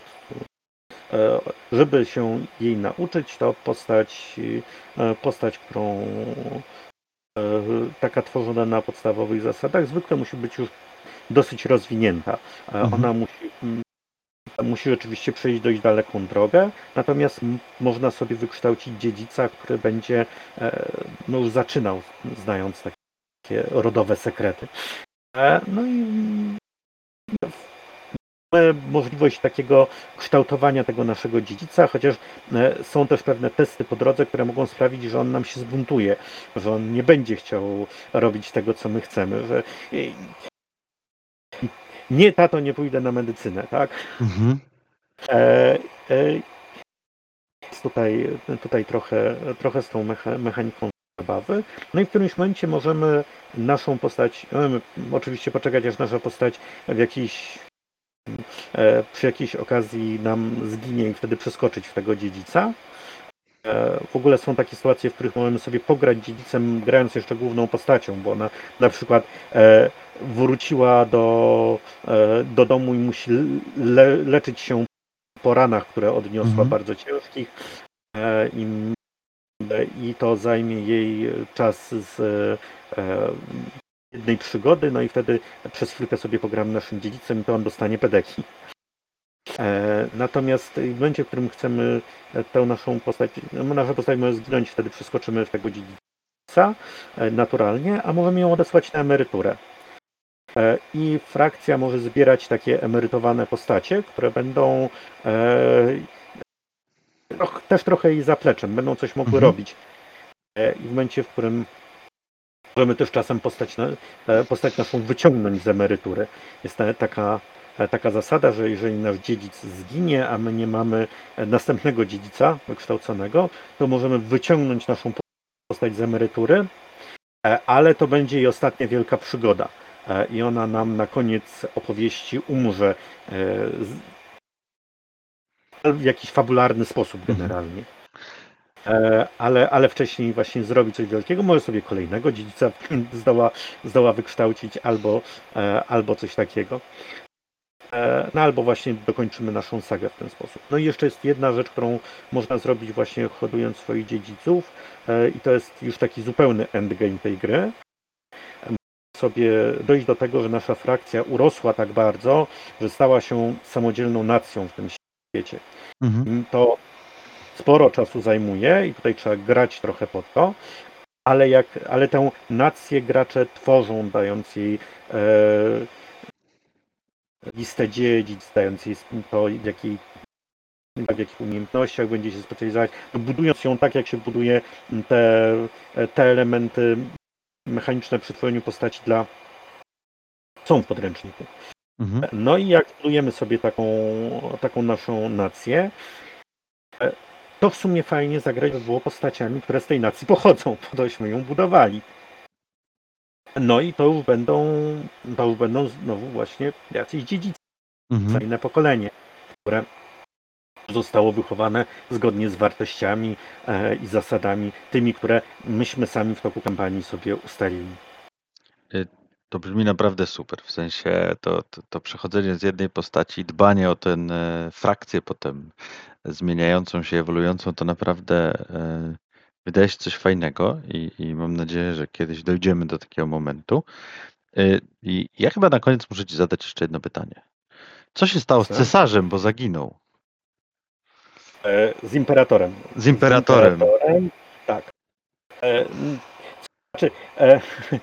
żeby się jej nauczyć, to postać, którą taka tworzona na podstawowych zasadach, zwykle musi być już dosyć rozwinięta. Ona musi oczywiście przejść dość daleką drogę, natomiast można sobie wykształcić dziedzica, który będzie już zaczynał, znając takie rodowe sekrety. No i mamy możliwość takiego kształtowania tego naszego dziedzica, chociaż są też pewne testy po drodze, które mogą sprawić, że on nam się zbuntuje, że on nie będzie chciał robić tego, co my chcemy, że nie, tato, nie pójdę na medycynę, tak? Jest tutaj trochę z tą mechaniką zabawy. No i w którymś momencie możemy naszą postać, oczywiście poczekać, aż nasza postać przy jakiejś okazji nam zginie i wtedy przeskoczyć w tego dziedzica. W ogóle są takie sytuacje, w których możemy sobie pograć dziedzicem, grając jeszcze główną postacią, bo ona na przykład wróciła do domu i musi leczyć się po ranach, które odniosła bardzo ciężkich i to zajmie jej czas z jednej przygody, no i wtedy przez chwilkę sobie pogramy naszym dziedzicem i to on dostanie pedeki. Natomiast w momencie, w którym chcemy tę naszą postać, nasza postać może zginąć, wtedy przeskoczymy w tego dziedzica naturalnie, a możemy ją odesłać na emeryturę. I frakcja może zbierać takie emerytowane postacie, które będą też trochę jej zapleczem, będą coś mogły robić. I w momencie, w którym możemy też czasem postać naszą wyciągnąć z emerytury. Jest taka zasada, że jeżeli nasz dziedzic zginie, a my nie mamy następnego dziedzica wykształconego, to możemy wyciągnąć naszą postać z emerytury, ale to będzie jej ostatnia wielka przygoda. I ona nam na koniec opowieści umrze w jakiś fabularny sposób generalnie. Ale wcześniej właśnie zrobi coś wielkiego, może sobie kolejnego dziedzica zdoła wykształcić albo coś takiego. No albo właśnie dokończymy naszą sagę w ten sposób. No i jeszcze jest jedna rzecz, którą można zrobić właśnie hodując swoich dziedziców i to jest już taki zupełny endgame tej gry. Sobie dojść do tego, że nasza frakcja urosła tak bardzo, że stała się samodzielną nacją w tym świecie. To sporo czasu zajmuje i tutaj trzeba grać trochę pod to, ale tę nację gracze tworzą, dając jej listę dziedzic, dając jej to, w jakich umiejętnościach będzie się specjalizować, budując ją tak, jak się buduje te elementy mechaniczne przy tworzeniu postaci są w podręczniku. No i jak budujemy sobie taką naszą nację, to w sumie fajnie zagrać by było postaciami, które z tej nacji pochodzą, po tośmy ją budowali. No i to już będą znowu właśnie jacyś dziedzice, inne pokolenie, które zostało wychowane zgodnie z wartościami i zasadami, tymi, które myśmy sami w toku kampanii sobie ustalili. To brzmi naprawdę super. W sensie to przechodzenie z jednej postaci i dbanie o tę frakcję potem zmieniającą się, ewoluującą, to naprawdę wydaje się coś fajnego i mam nadzieję, że kiedyś dojdziemy do takiego momentu. I ja chyba na koniec muszę Ci zadać jeszcze jedno pytanie. Co się stało z Proszę. cesarzem, bo zaginął? Z imperatorem. Z imperatorem. Tak. Znaczy, e,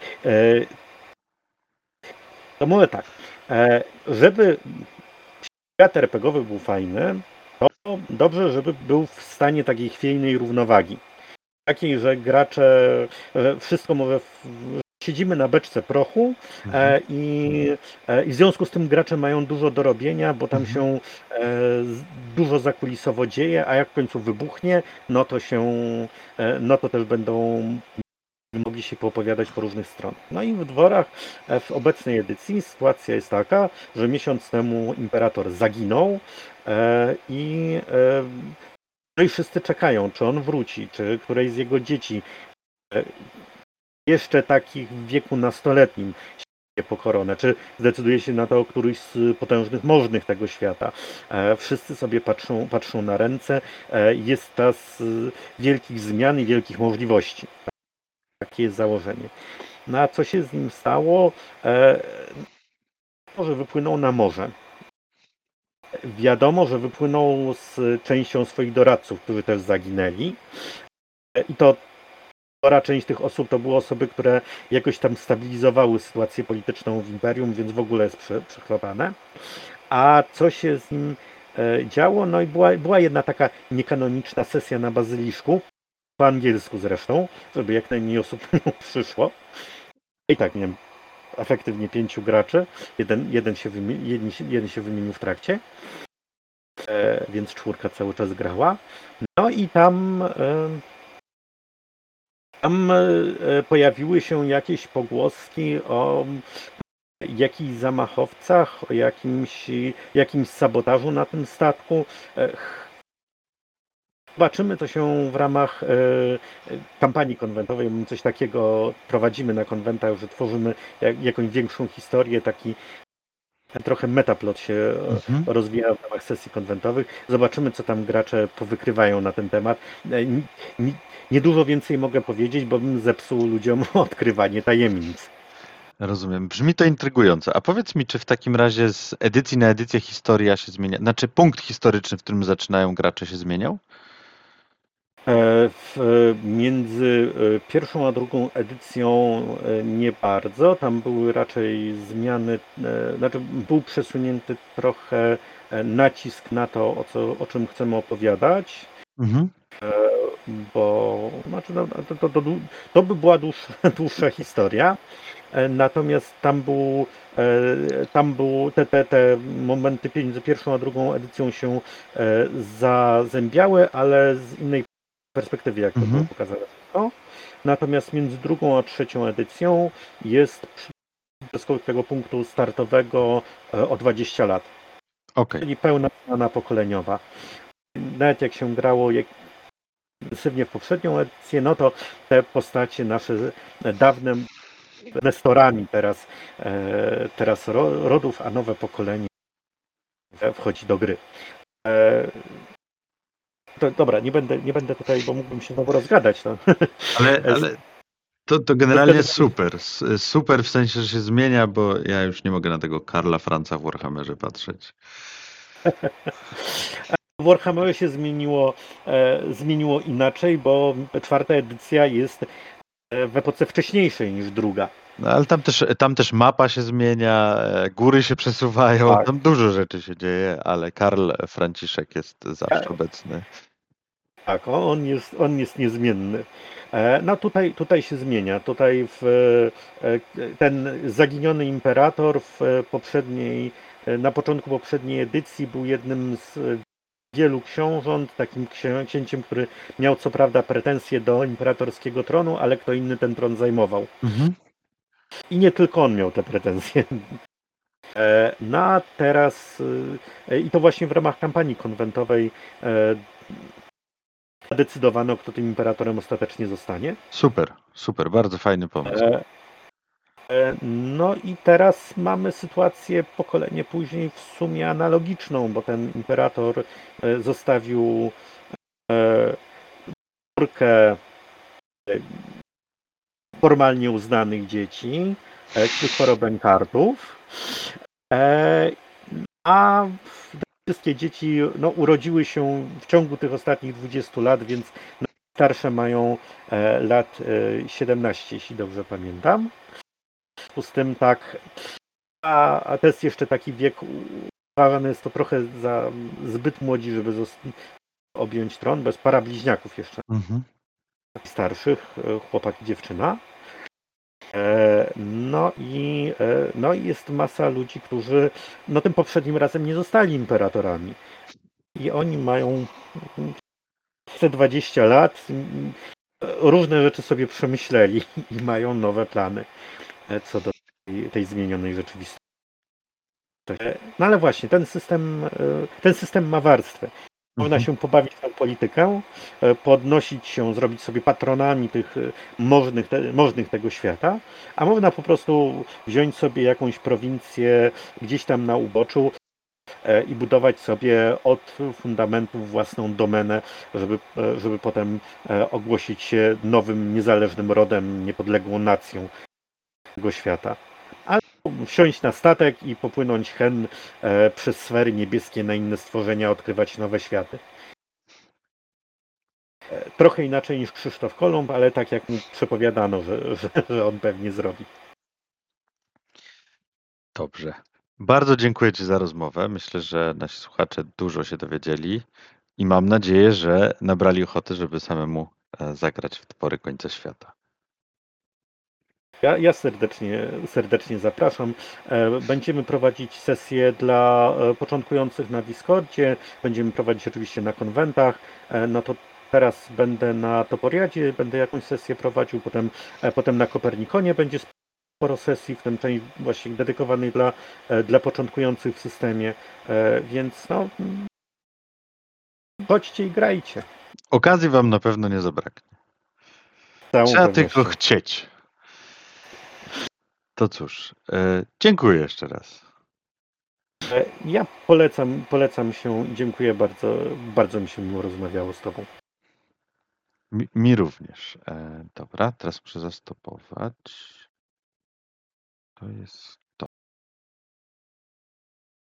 to mówię tak, żeby świat RPG-owy był fajny, to dobrze, żeby był w stanie takiej chwiejnej równowagi. Takiej, że gracze, wszystko mówię, siedzimy na beczce prochu i w związku z tym gracze mają dużo do robienia, bo tam się dużo zakulisowo dzieje, a jak w końcu wybuchnie, no to też będą mogli się poopowiadać po różnych stronach. No i w dworach w obecnej edycji sytuacja jest taka, że miesiąc temu imperator zaginął no i wszyscy czekają, czy on wróci, czy któreś z jego dzieci jeszcze takich w wieku nastoletnim sięgnie po koronę, czy zdecyduje się na to któryś z potężnych możnych tego świata. Wszyscy sobie patrzą na ręce. Jest czas wielkich zmian i wielkich możliwości. Takie jest założenie. No a co się z nim stało? Że wypłynął na morze. Wiadomo, że wypłynął z częścią swoich doradców, którzy też zaginęli. I to spora część tych osób to były osoby, które jakoś tam stabilizowały sytuację polityczną w imperium, więc w ogóle jest przechlapane. A co się z nim działo? No i była jedna taka niekanoniczna sesja na bazyliszku, po angielsku zresztą, żeby jak najmniej osób na nią przyszło. I tak, nie wiem, efektywnie 5 graczy. Jeden się wymienił w trakcie, więc 4 cały czas grała. No i tam pojawiły się jakieś pogłoski o jakichś zamachowcach, o jakimś sabotażu na tym statku. Zobaczymy, to się w ramach kampanii konwentowej, my coś takiego prowadzimy na konwentach, że tworzymy jakąś większą historię, taki trochę metaplot się rozwija w ramach sesji konwentowych. Zobaczymy, co tam gracze powykrywają na ten temat. Niedużo więcej mogę powiedzieć, bo bym zepsuł ludziom odkrywanie tajemnic. Rozumiem. Brzmi to intrygująco. A powiedz mi, czy w takim razie z edycji na edycję historia się zmienia? Znaczy punkt historyczny, w którym zaczynają gracze, się zmieniał? Między pierwszą a drugą edycją nie bardzo. Tam były raczej zmiany, znaczy był przesunięty trochę nacisk na to, o czym chcemy opowiadać. Bo znaczy, to by była dłuższa historia. Natomiast tam był te momenty między pierwszą a drugą edycją się zazębiały, ale z innej perspektywy, jak to było pokazane. Natomiast między drugą a trzecią edycją jest przeskok tego punktu startowego o 20 lat. Czyli pełna zmiana pokoleniowa. Nawet jak się grało intensywnie w poprzednią edycję, no to te postacie nasze dawne nestorami teraz rodów, a nowe pokolenie wchodzi do gry. Dobra, nie będę tutaj, bo mógłbym się znowu rozgadać. No. Ale to generalnie jest super. Super w sensie, że się zmienia, bo ja już nie mogę na tego Karla Franca w Warhammerze patrzeć. W Warhammerze się zmieniło inaczej, bo 4. edycja jest w epoce wcześniejszej niż druga. No, ale tam też mapa się zmienia, góry się przesuwają, tak. Tam dużo rzeczy się dzieje, ale Karl Franciszek jest zawsze obecny. Tak, on jest niezmienny. No tutaj się zmienia. Tutaj ten zaginiony imperator na początku poprzedniej edycji był jednym z wielu książąt, takim księciem, który miał co prawda pretensje do imperatorskiego tronu, ale kto inny ten tron zajmował. I nie tylko on miał te pretensje. No a teraz, i to właśnie w ramach kampanii konwentowej zadecydowano, kto tym imperatorem ostatecznie zostanie. Super, super, bardzo fajny pomysł. No i teraz mamy sytuację pokolenie później w sumie analogiczną, bo ten imperator zostawił czwórkę formalnie uznanych dzieci, czwórkoro bękartów, a wszystkie dzieci urodziły się w ciągu tych ostatnich 20 lat, więc starsze mają lat 17, jeśli dobrze pamiętam. W związku z tym tak, a to jest jeszcze taki wiek, uważany jest to trochę za zbyt młodzi, żeby objąć tron, bez para bliźniaków jeszcze starszych, chłopak i dziewczyna. No i jest masa ludzi, którzy tym poprzednim razem nie zostali imperatorami. I oni mają te 20 lat, różne rzeczy sobie przemyśleli i mają nowe plany co do tej zmienionej rzeczywistości. No ale właśnie, ten system ma warstwę. Można się pobawić w tę politykę, podnosić się, zrobić sobie patronami tych możnych tego świata, a można po prostu wziąć sobie jakąś prowincję gdzieś tam na uboczu i budować sobie od fundamentów własną domenę, żeby potem ogłosić się nowym, niezależnym rodem, niepodległą nacją tego świata. Albo wsiąść na statek i popłynąć hen przez sfery niebieskie na inne stworzenia, odkrywać nowe światy. Trochę inaczej niż Krzysztof Kolumb, ale tak jak mu przepowiadano, że on pewnie zrobi. Dobrze. Bardzo dziękuję Ci za rozmowę. Myślę, że nasi słuchacze dużo się dowiedzieli i mam nadzieję, że nabrali ochoty, żeby samemu zagrać w Twory Końca Świata. Ja serdecznie zapraszam. Będziemy prowadzić sesje dla początkujących na Discordzie, będziemy prowadzić oczywiście na konwentach. No to teraz będę na Toporiadzie, będę jakąś sesję prowadził, potem na Kopernikonie będzie sporo sesji, w tym część właśnie dedykowanej dla początkujących w systemie, więc chodźcie i grajcie. Okazji Wam na pewno nie zabraknie. Z całą Trzeba tylko pewnością. chcieć. To cóż, dziękuję jeszcze raz. Ja polecam się i dziękuję bardzo. Bardzo mi się miło rozmawiało z Tobą. Mi również. Dobra, teraz muszę zastopować. To jest